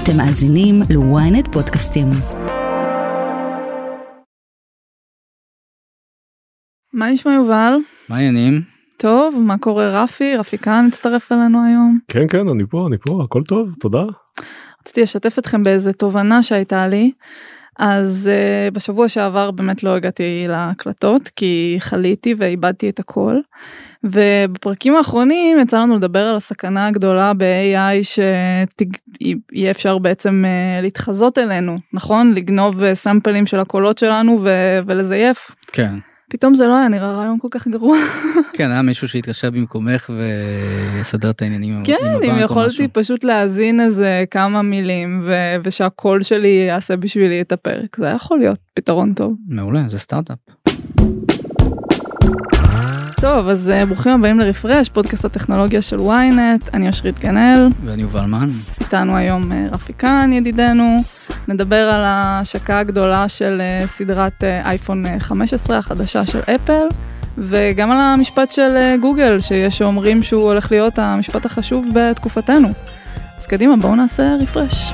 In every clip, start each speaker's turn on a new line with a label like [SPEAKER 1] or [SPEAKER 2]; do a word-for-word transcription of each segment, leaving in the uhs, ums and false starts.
[SPEAKER 1] אתם מאזינים ל-ynet פודקאסטים.
[SPEAKER 2] מה נשמע יובל?
[SPEAKER 3] מה העניינים?
[SPEAKER 2] טוב, מה קורה רפי? רפי כאן מצטרף אלינו היום.
[SPEAKER 4] כן, כן, אני פה, אני פה, הכל טוב, תודה.
[SPEAKER 2] רציתי לשתף אתכם באיזה תובנה שהייתה לי. אז uh, בשבוע שעבר באמת לא הגעתי להקלטות, כי חליתי ואיבדתי את הכל. ובפרקים האחרונים יצא לנו לדבר על הסכנה הגדולה ב-איי איי, שיהיה אפשר בעצם uh, להתחזות אלינו, נכון? לגנוב סמפלים של הקולות שלנו ו- ולזייף.
[SPEAKER 3] כן.
[SPEAKER 2] פתאום זה לא היה נראה רעיון כל כך גרוע.
[SPEAKER 3] כן, היה מישהו שהתקשר במקומך ויסדר את העניינים.
[SPEAKER 2] כן, אם יכולתי פשוט להזין איזה כמה מילים, ושהקול שלי יעשה בשבילי את הפרק. זה יכול להיות פתרון טוב.
[SPEAKER 3] מעולה, זה סטארט-אפ.
[SPEAKER 2] טוב, אז ברוכים הבאים לרפרש, פודקאסט הטכנולוגיה של ynet. אני אושרית גנאל.
[SPEAKER 3] ואני יובל מן.
[SPEAKER 2] איתנו היום רפי כאן, ידידנו. נדבר על ההשקה הגדולה של סדרת אייפון חמש עשרה החדשה של אפל, וגם על המשפט של גוגל, שיש שאומרים שהוא הולך להיות המשפט החשוב בתקופתנו. אז קדימה, בואו נעשה רפרש.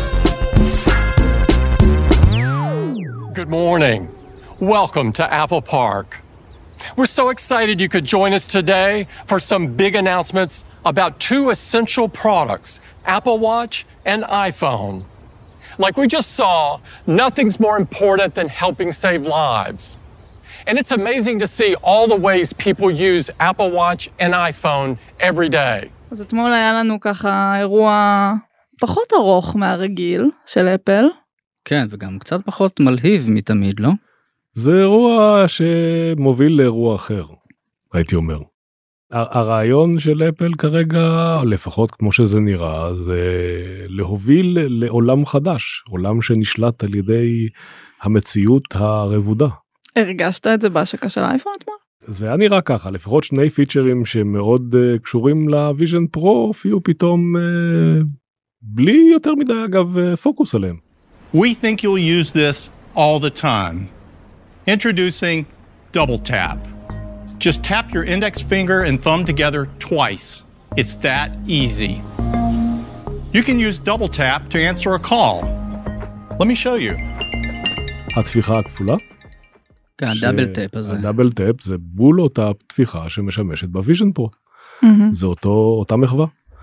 [SPEAKER 5] Good morning. Welcome to Apple Park. We're so excited you could join us today for some big announcements about two essential products, Apple Watch and iPhone. Like we just saw, nothing's more important than helping save lives. And it's amazing to see all the ways people use Apple Watch and iPhone every day.
[SPEAKER 2] אז אתמול היה לנו ככה אירוע פחות ארוך מהרגיל של אפל.
[SPEAKER 3] כן, וגם קצת פחות מלהיב מתמיד, לא?
[SPEAKER 4] זה אירוע שמוביל לאירוע אחר, הייתי אומר. הרעיון של אפל כרגע, לפחות כמו שזה נראה, זה להוביל לעולם חדש, עולם שנשלט על ידי המציאות הרבודה.
[SPEAKER 2] הרגשת את זה בהשקה של האייפון אתמול?
[SPEAKER 4] זה היה נראה ככה, לפחות שני פיצ'רים שמאוד uh, קשורים לוויז'ן פרו, הופיעו פתאום uh, בלי יותר מדי אגב uh, פוקוס עליהם.
[SPEAKER 6] We think you'll use this all the time. Introducing Double Tap. Just tap your index finger and thumb together twice. It's that easy. You can use Double Tap to answer a call. Let me show you.
[SPEAKER 4] התפיחה הכפולה.
[SPEAKER 3] כן, הדאבל טאפ הזה.
[SPEAKER 4] הדאבל טאפ זה בול אותה תפיחה שמשמשת בוויז'ן פרו. זה אותו, אותה מחווה.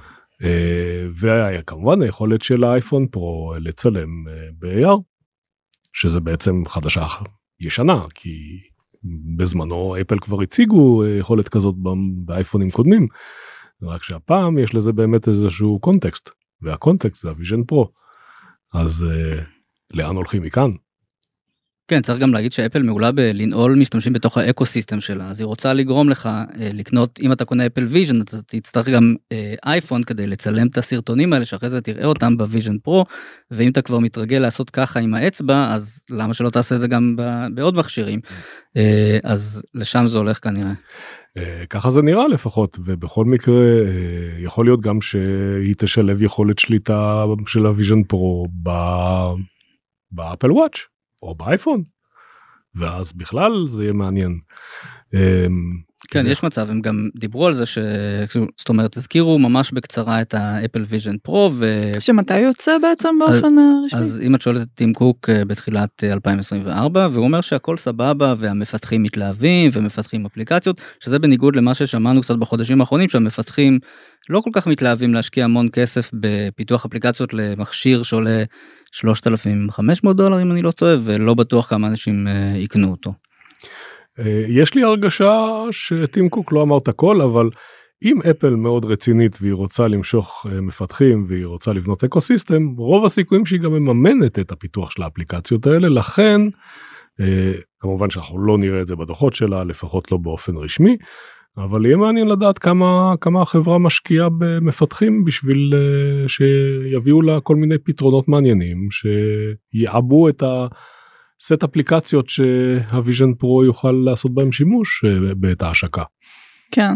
[SPEAKER 4] וכמובן היכולת של האייפון פרו לצלם ב-איי אר, שזה בעצם חדשה ישנה, כי בזמנו אפל כבר הציגו יכולת כזאת באייפונים קודמים, רק שהפעם יש לזה באמת איזשהו קונטקסט, והקונטקסט זה הוויז'ן פרו. אז לאן הולכים מכאן?
[SPEAKER 3] כן, צריך גם להגיד שאפל מעולה בלנעול משתמשים בתוך האקוסיסטם שלה, אז היא רוצה לגרום לך לקנות, אם אתה קונה אפל ויז'ן, אתה תצטרך גם אייפון כדי לצלם את הסרטונים האלה, שאחרי זה תראה אותם בוויז'ן פרו, ואם אתה כבר מתרגל לעשות ככה עם האצבע, אז למה שלא תעשה את זה גם בעוד מכשירים? אז לשם זה הולך כנראה.
[SPEAKER 4] ככה זה נראה לפחות, ובכל מקרה יכול להיות גם שהיא תשלב יכולת שליטה של הוויז'ן פרו באפל וואץ'. או באייפון, ואז בכלל זה יהיה מעניין.
[SPEAKER 3] כן, יש מצב, הם גם דיברו על זה, זאת אומרת, הזכירו ממש בקצרה את האפל ויז'ן פרו,
[SPEAKER 2] שמתי יוצא בעצם באופן רשמי?
[SPEAKER 3] אז אם את שואלת את טים קוק בתחילת אלפיים עשרים וארבע, והוא אומר שהכל סבבה, והמפתחים מתלהבים, ומפתחים אפליקציות, שזה בניגוד למה ששמענו קצת בחודשים האחרונים, שהמפתחים לא כל כך מתלהבים להשקיע המון כסף בפיתוח אפליקציות למכשיר שעולה שלושת אלפים וחמש מאות דולר אם אני לא טועה, ולא בטוח כמה אנשים יקנו אותו.
[SPEAKER 4] יש לי הרגשה שטים קוק לא אמר את הכל, אבל אם אפל מאוד רצינית והיא רוצה למשוך מפתחים והיא רוצה לבנות אקוסיסטם, רוב הסיכויים שהיא גם מממנת את הפיתוח של האפליקציות האלה, לכן כמובן שאנחנו לא נראה את זה בדוחות שלה, לפחות לא באופן רשמי, אבל יהיה מעניין לדעת כמה, כמה החברה משקיעה במפתחים בשביל uh, שיביאו לה כל מיני פתרונות מעניינים, שיעבו את הסט אפליקציות שהוויז'ן פרו יוכל לעשות בהם שימוש uh, בעת ההשקה.
[SPEAKER 2] כן.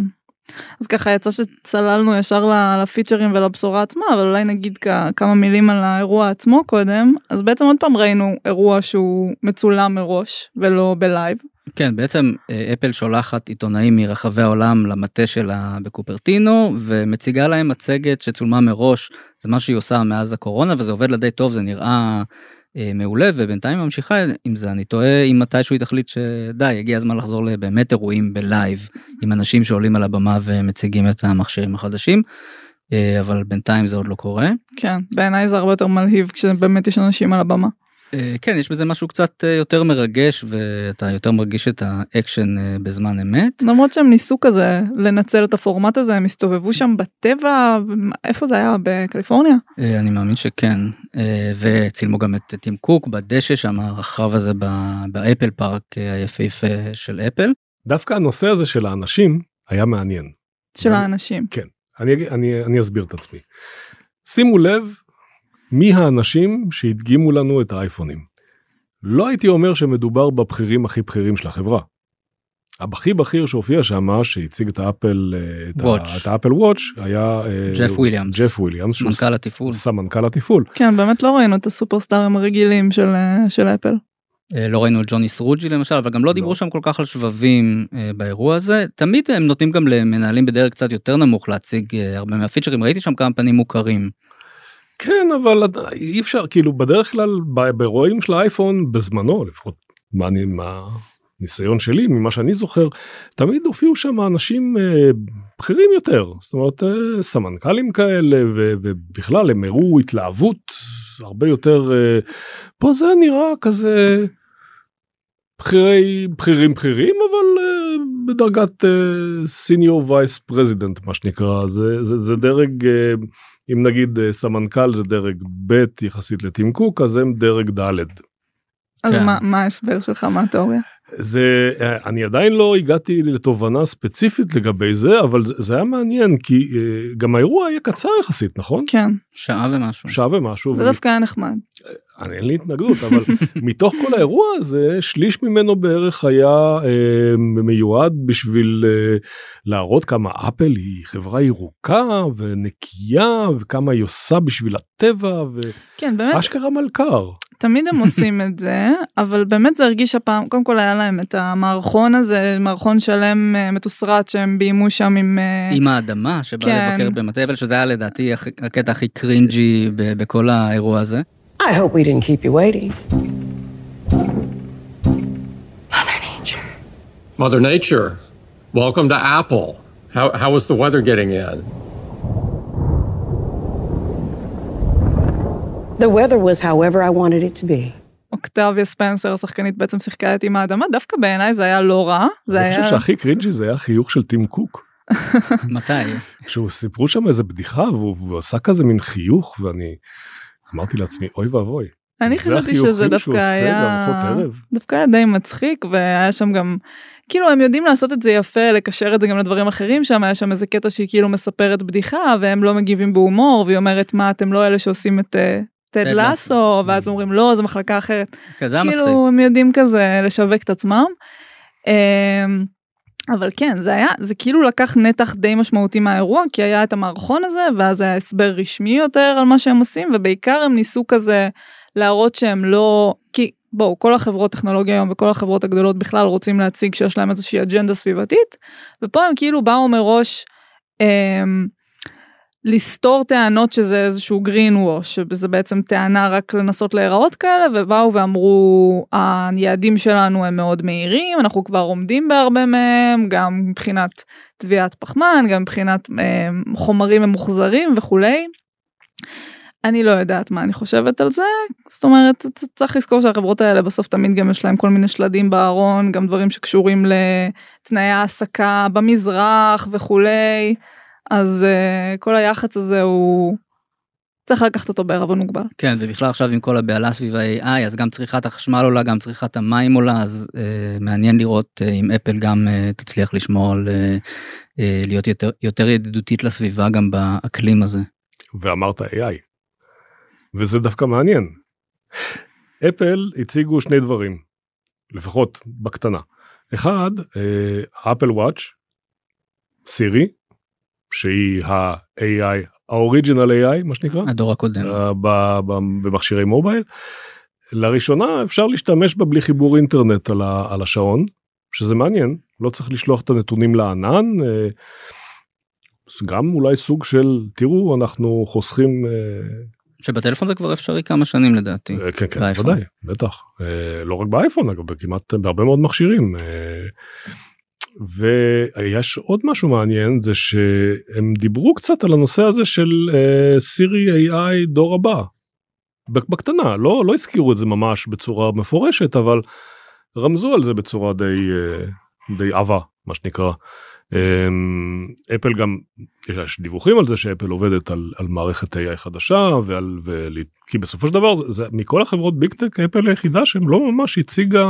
[SPEAKER 2] אז ככה יצא שצללנו ישר לפיצ'רים ולבשורה עצמה, אבל אולי נגיד כמה מילים על האירוע עצמו קודם. אז בעצם עוד פעם ראינו אירוע שהוא מצולם מראש ולא בלייב.
[SPEAKER 3] כן, בעצם אפל שולחת עיתונאים מרחבי העולם למטה שלה בקופרטינו, ומציגה להם מצגת שצולמה מראש. זה מה שהיא עושה מאז הקורונה, וזה עובד לה די טוב, זה נראה מעולה, ובינתיים ממשיכה עם זה. אני טועה אם מתישהו היא תחליט שדי, הגיע הזמן לחזור לבאמת אירועים בלייב, עם אנשים שעולים על הבמה ומציגים את המכשירים החדשים, אבל בינתיים זה עוד לא קורה.
[SPEAKER 2] כן, בעיניי זה הרבה יותר מלהיב כשבאמת יש אנשים על הבמה.
[SPEAKER 3] כן, יש בזה משהו קצת יותר מרגש, ואתה יותר מרגיש את האקשן בזמן אמת.
[SPEAKER 2] למרות שהם ניסו כזה לנצל את הפורמט הזה, הם הסתובבו שם בטבע, איפה זה היה? בקליפורניה?
[SPEAKER 3] אני מאמין שכן, וצילמו גם את טים קוק בדשא שם, הרחב הזה באפל פארק היפהפה של אפל.
[SPEAKER 4] דווקא הנושא הזה של האנשים היה מעניין.
[SPEAKER 2] של האנשים.
[SPEAKER 4] כן, אני, אני, אני אסביר את עצמי. שימו לב, מי האנשים שהדגימו לנו את האייפונים. לא הייתי אומר שמדובר בבחירים הכי בכירים של החברה. הכי בכיר שהופיע שם, שהציג את האפל, את האפל וואץ', היה
[SPEAKER 3] ג'ף וויליאמס.
[SPEAKER 4] ג'ף וויליאמס.
[SPEAKER 3] סמנכ"ל התפעול.
[SPEAKER 4] סמנכ"ל התפעול.
[SPEAKER 2] כן, באמת לא ראינו את הסופרסטארים הרגילים של, של אפל.
[SPEAKER 3] לא ראינו את ג'וני סרוג'י למשל, אבל גם לא דיברו שם כל כך על שבבים באירוע הזה. תמיד הם נותנים גם למנהלים בדרך קצת יותר נמוך להציג הרבה מהפיצ'רים. ראיתי שם כמה פנים מוכרים.
[SPEAKER 4] כן, אבל אי אפשר, כאילו בדרך כלל באירועים של האייפון בזמנו, לפחות מה אני, מהניסיון שלי, ממה שאני זוכר, תמיד הופיעו שם אנשים אה, בכירים יותר, זאת אומרת אה, סמנכ"לים כאלה, ו, ובכלל הם הראו התלהבות הרבה יותר, אה, פה זה נראה כזה בחירי, בחירים בחירים, אבל אה, בדרגת סיניור וייס פרזידנט, מה שנקרא, זה, זה, זה דרג... אה, אם נגיד סמנכ"ל זה דרג ב' יחסית לטים קוק, אז הם דרג ד'.
[SPEAKER 2] אז מה, מה ההסבר שלך, מה התיאוריה?
[SPEAKER 4] זה, אני עדיין לא הגעתי לתובנה ספציפית לגבי זה, אבל זה, זה היה מעניין, כי גם האירוע היה קצר יחסית, נכון?
[SPEAKER 2] כן.
[SPEAKER 3] שעה ומשהו.
[SPEAKER 4] שעה ומשהו.
[SPEAKER 2] זה דווקא היה נחמד.
[SPEAKER 4] אני אין לי התנגדות, אבל מתוך כל האירוע הזה, שליש ממנו בערך היה אה, מיועד בשביל אה, להראות כמה אפל היא חברה ירוקה ונקייה, וכמה היא עושה בשביל הטבע, ואשכרה מלכר.
[SPEAKER 2] תמיד הם עושים את זה, אבל באמת זה הרגיש הפעם, קודם כל היה להם את המערכון הזה, מערכון שלם מתוסרט שהם ביימו שם עם...
[SPEAKER 3] עם האדמה שבא כן. לבקר במטה אבל, שזה היה לדעתי הקטע הכי קרינג'י בכל האירוע הזה.
[SPEAKER 7] I hope we didn't keep you waiting. Mother Nature.
[SPEAKER 5] Mother Nature, welcome to Apple. How, how was the weather getting in?
[SPEAKER 7] The weather was however I wanted it to be.
[SPEAKER 2] אוקטביה ספנסר, השחקנית, בעצם שיחקה את עם האדמה, דווקא בעיניי זה היה לא רע.
[SPEAKER 4] אני חושב שהכי קרינג'י זה היה חיוך של טים קוק.
[SPEAKER 3] מתי?
[SPEAKER 4] כשהוא סיפרו שם איזה בדיחה, והוא עשה כזה מין חיוך, ואני אמרתי לעצמי, אוי ואבוי.
[SPEAKER 2] אני חשבתי שזה דווקא היה, דווקא היה די מצחיק, והיה שם גם, כאילו הם יודעים לעשות את זה יפה, לקשר את זה גם לדברים אחרים שם, היה שם איזה קטע שהיא כאילו מספרת בדיחה, והם לא מגיבים בהומור, והיא אומרת, מה, אתם לא אלה שעושים את טד לסו, ואז אומרים, לא, זו מחלקה אחרת. כאילו הם יודעים כזה לשווק את עצמם. אבל כן, זה היה, זה כאילו לקח נתח די משמעותי מהאירוע, כי היה את המערכון הזה, ואז היה הסבר רשמי יותר על מה שהם עושים, ובעיקר הם ניסו כזה להראות שהם לא, כי בואו, כל החברות טכנולוגיה היום, וכל החברות הגדולות בכלל רוצים להציג שיש להם איזושהי אג'נדה סביבתית, ופה הם כאילו באו מראש, אמ, לסתור טענות שזה איזשהו green wash, שזה בעצם טענה רק לנסות להיראות כאלה, ובאו ואמרו, היעדים שלנו הם מאוד מהירים, אנחנו כבר עומדים בהרבה מהם, גם מבחינת תביעת פחמן, גם מבחינת אה, חומרים ממוחזרים וכולי. אני לא יודעת מה אני חושבת על זה, זאת אומרת, צריך לזכור שהחברות האלה בסוף תמיד גם יש להם כל מיני שלדים בארון, גם דברים שקשורים לתנאי העסקה במזרח וכולי, אז uh, כל היחץ הזה הוא צריך לקחת אותו בערבון מוגבל.
[SPEAKER 3] כן, ובכלל עכשיו עם כל הבעלה סביב ה-איי איי, אז גם צריכת החשמל עולה, גם צריכת המים עולה, אז uh, מעניין לראות uh, אם אפל גם uh, תצליח לשמור על uh, uh, להיות יותר, יותר ידידותית לסביבה גם באקלים הזה.
[SPEAKER 4] ואמרת איי איי, וזה דווקא מעניין. אפל הציגו שני דברים, לפחות בקטנה. אחד, אפל וואץ', סירי, שהיא ה-איי איי, ה-Original איי איי, מה שנקרא?
[SPEAKER 3] הדור הקודם.
[SPEAKER 4] במכשירי מובייל. לראשונה אפשר להשתמש בה בלי חיבור אינטרנט על, ה, על השעון, שזה מעניין, לא צריך לשלוח את הנתונים לענן, גם אולי סוג של, תראו, אנחנו חוסכים...
[SPEAKER 3] שבטלפון זה כבר אפשרי כמה שנים לדעתי.
[SPEAKER 4] כן, כן, ודאי, בטח. לא רק באייפון, אגב, כמעט בהרבה מאוד מכשירים. ויש עוד משהו מעניין, זה שהם דיברו קצת על הנושא הזה של סירי איי איי דור הבא. בקטנה, לא, לא הזכירו את זה ממש בצורה מפורשת, אבל רמזו על זה בצורה די, די עבה, מה שנקרא. אפל גם, יש דיווחים על זה שאפל עובדת על, על מערכת איי איי חדשה, ועל, ועל, כי בסופו של דבר, זה, מכל החברות ביג טק, אפל היחידה שהם לא ממש הציגה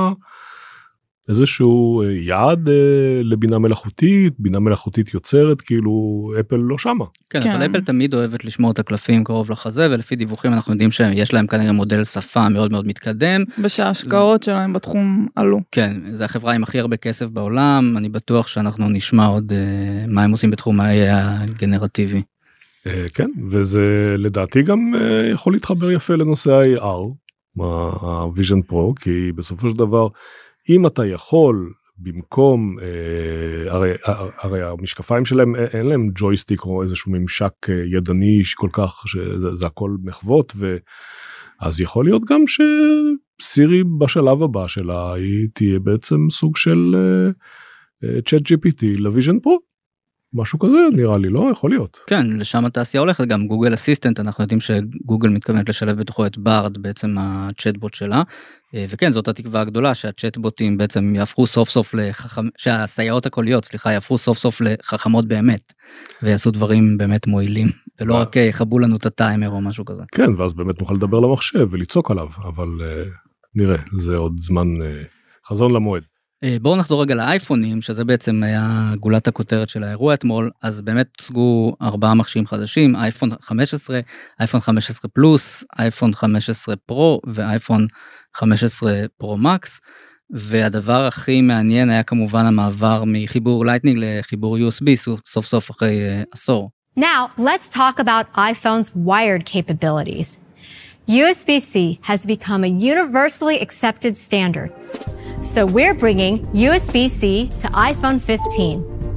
[SPEAKER 4] איזשהו יעד אה, לבינה מלאכותית, בינה מלאכותית יוצרת, כאילו אפל לא שמה.
[SPEAKER 3] כן, כן, אבל אפל תמיד אוהבת לשמור את הקלפים קרוב לחזה, ולפי דיווחים אנחנו יודעים שיש להם כנראה מודל שפה מאוד מאוד מתקדם.
[SPEAKER 2] בשההשקעות שלהם בתחום עלו.
[SPEAKER 3] כן, זה החברה עם הכי הרבה כסף בעולם, אני בטוח שאנחנו נשמע עוד אה, מה הם עושים בתחום ה-איי איי הגנרטיבי.
[SPEAKER 4] אה, כן, וזה לדעתי גם אה, יכול להתחבר יפה לנושא ה-איי אר, ה-Vision Pro, כי בסופו של דבר, אם אתה יכול במקום, אה, הרי, הרי המשקפיים שלהם אין להם ג'ויסטיק או איזשהו ממשק ידני שכל כך, שזה זה הכל מחוות, ואז יכול להיות גם שסירי בשלב הבא שלה היא תהיה בעצם סוג של צ'אט ג'י פי טי לוויז'ן פרו. משהו כזה נראה לי, לא יכול להיות.
[SPEAKER 3] כן, לשם התעשייה הולכת, גם גוגל אסיסטנט, אנחנו יודעים שגוגל מתכוונת לשלב בתוכו את בארד, בעצם הצ'אטבוט שלה, וכן, זאת התקווה הגדולה, שהצ'אטבוטים בעצם יהפכו סוף סוף לחכם, שהסייעות הקוליות, סליחה, יהפכו סוף סוף לחכמות באמת, ויעשו דברים באמת מועילים, ולא רק יחבו לנו את הטיימר או משהו כזה.
[SPEAKER 4] כן, ואז באמת נוכל לדבר למחשב ולצעוק עליו, אבל נראה, זה עוד זמן חזון למועד.
[SPEAKER 3] בואו נחזור רגע לאייפונים, שזה בעצם היה גולת הכותרת של האירוע אתמול, אז באמת הוצגו ארבעה מכשירים חדשים, אייפון חמש עשרה, אייפון חמש עשרה פלוס, אייפון חמש עשרה פרו ואייפון חמש עשרה פרו מקס, והדבר הכי מעניין היה כמובן המעבר מחיבור לייטנינג לחיבור יו אס בי, סוף סוף אחרי עשור.
[SPEAKER 8] Now, let's talk about iPhone's wired capabilities. U S B C has become a universally accepted standard. So we're bringing U S B C to iPhone fifteen.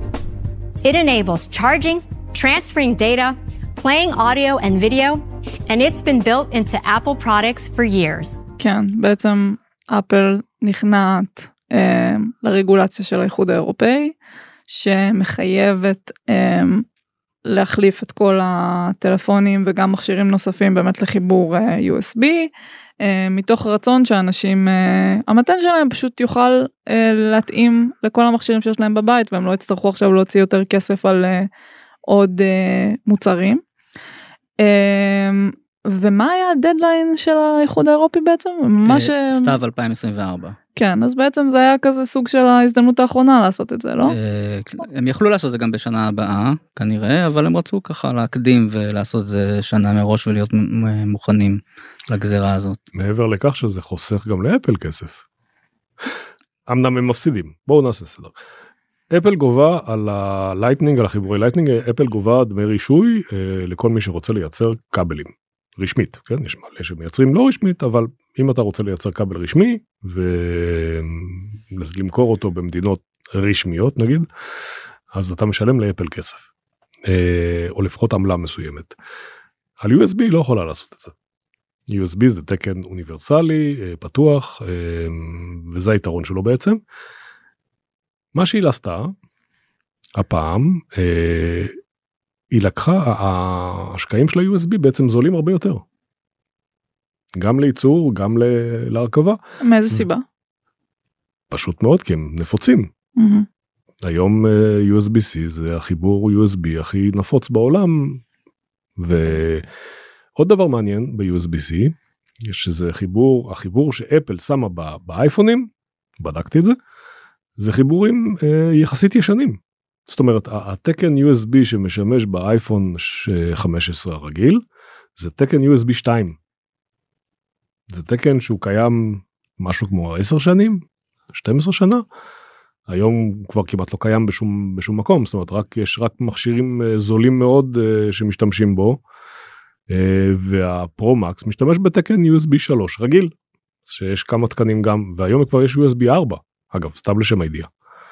[SPEAKER 8] It enables charging, transferring data, playing audio and video, and it's been built into Apple products for years.
[SPEAKER 2] כן, בעצם אפל נכנעת אה, לרגולציה של האיחוד האירופאי, שמחייבת אה, להחליף את כל הטלפונים וגם מכשירים נוספים באמת לחיבור אה, יו אס בי, מתוך רצון שאנשים, המתן שלהם פשוט יוכל להתאים לכל המכשירים שיש להם בבית, והם לא יצטרכו עכשיו להוציא יותר כסף על עוד מוצרים. ומה היה הדדליין של האיחוד האירופי בעצם?
[SPEAKER 3] סתיו אלפיים עשרים וארבע.
[SPEAKER 2] כן, אז בעצם זה היה כזה סוג של ההזדמנות האחרונה לעשות את זה, לא?
[SPEAKER 3] הם יכלו לעשות את זה גם בשנה הבאה, כנראה, אבל הם רצו ככה להקדים ולעשות את זה שנה מראש ולהיות מוכנים לגזירה הזאת.
[SPEAKER 4] מעבר לכך שזה חוסך גם לאפל כסף. אמנם הם מפסידים, בואו נעשה סדר. אפל גובה על הלייטנינג, על החיבורי לייטנינג, אפל גובה דמי רישוי לכל מי שרוצה לייצר כבלים. רשמית, כן? יש מלא שמייצרים לא רשמית, אבל אם אתה רוצה לייצר כבל רשמי, ולמכור אותו במדינות רשמיות, נגיד, אז אתה משלם לאפל כסף. או לפחות עמלה מסוימת. על יו אס בי לא יכולה לעשות את זה. יו אס בי זה תקן אוניברסלי, פתוח, וזה היתרון שלו בעצם. מה שהיא עשתה, הפעם, היא לקחה, ההשקעים של ה-יו אס בי בעצם זולים הרבה יותר. גם לייצור, גם להרכבה.
[SPEAKER 2] מאיזה סיבה?
[SPEAKER 4] פשוט מאוד, כי הם נפוצים. היום יו אס בי סי זה החיבור יו אס בי הכי נפוץ בעולם, ועוד דבר מעניין ב-יו אס בי סי, יש איזה חיבור, החיבור שאפל שמה באייפונים, בדקתי את זה, זה חיבורים יחסית ישנים. זאת אומרת, התקן יו אס בי שמשמש באייפון חמש עשרה הרגיל, זה תקן יו אס בי שתיים. זה תקן שהוא קיים משהו כמו עשר שנים, שתים עשרה שנה, היום כבר כמעט לא קיים בשום, בשום מקום, זאת אומרת, רק, יש רק מכשירים זולים מאוד שמשתמשים בו, והפרו-מקס משתמש בתקן יו אס בי שלוש רגיל, שיש כמה תקנים גם, והיום כבר יש יו אס בי ארבע, אגב, סתם לשם הידיעה.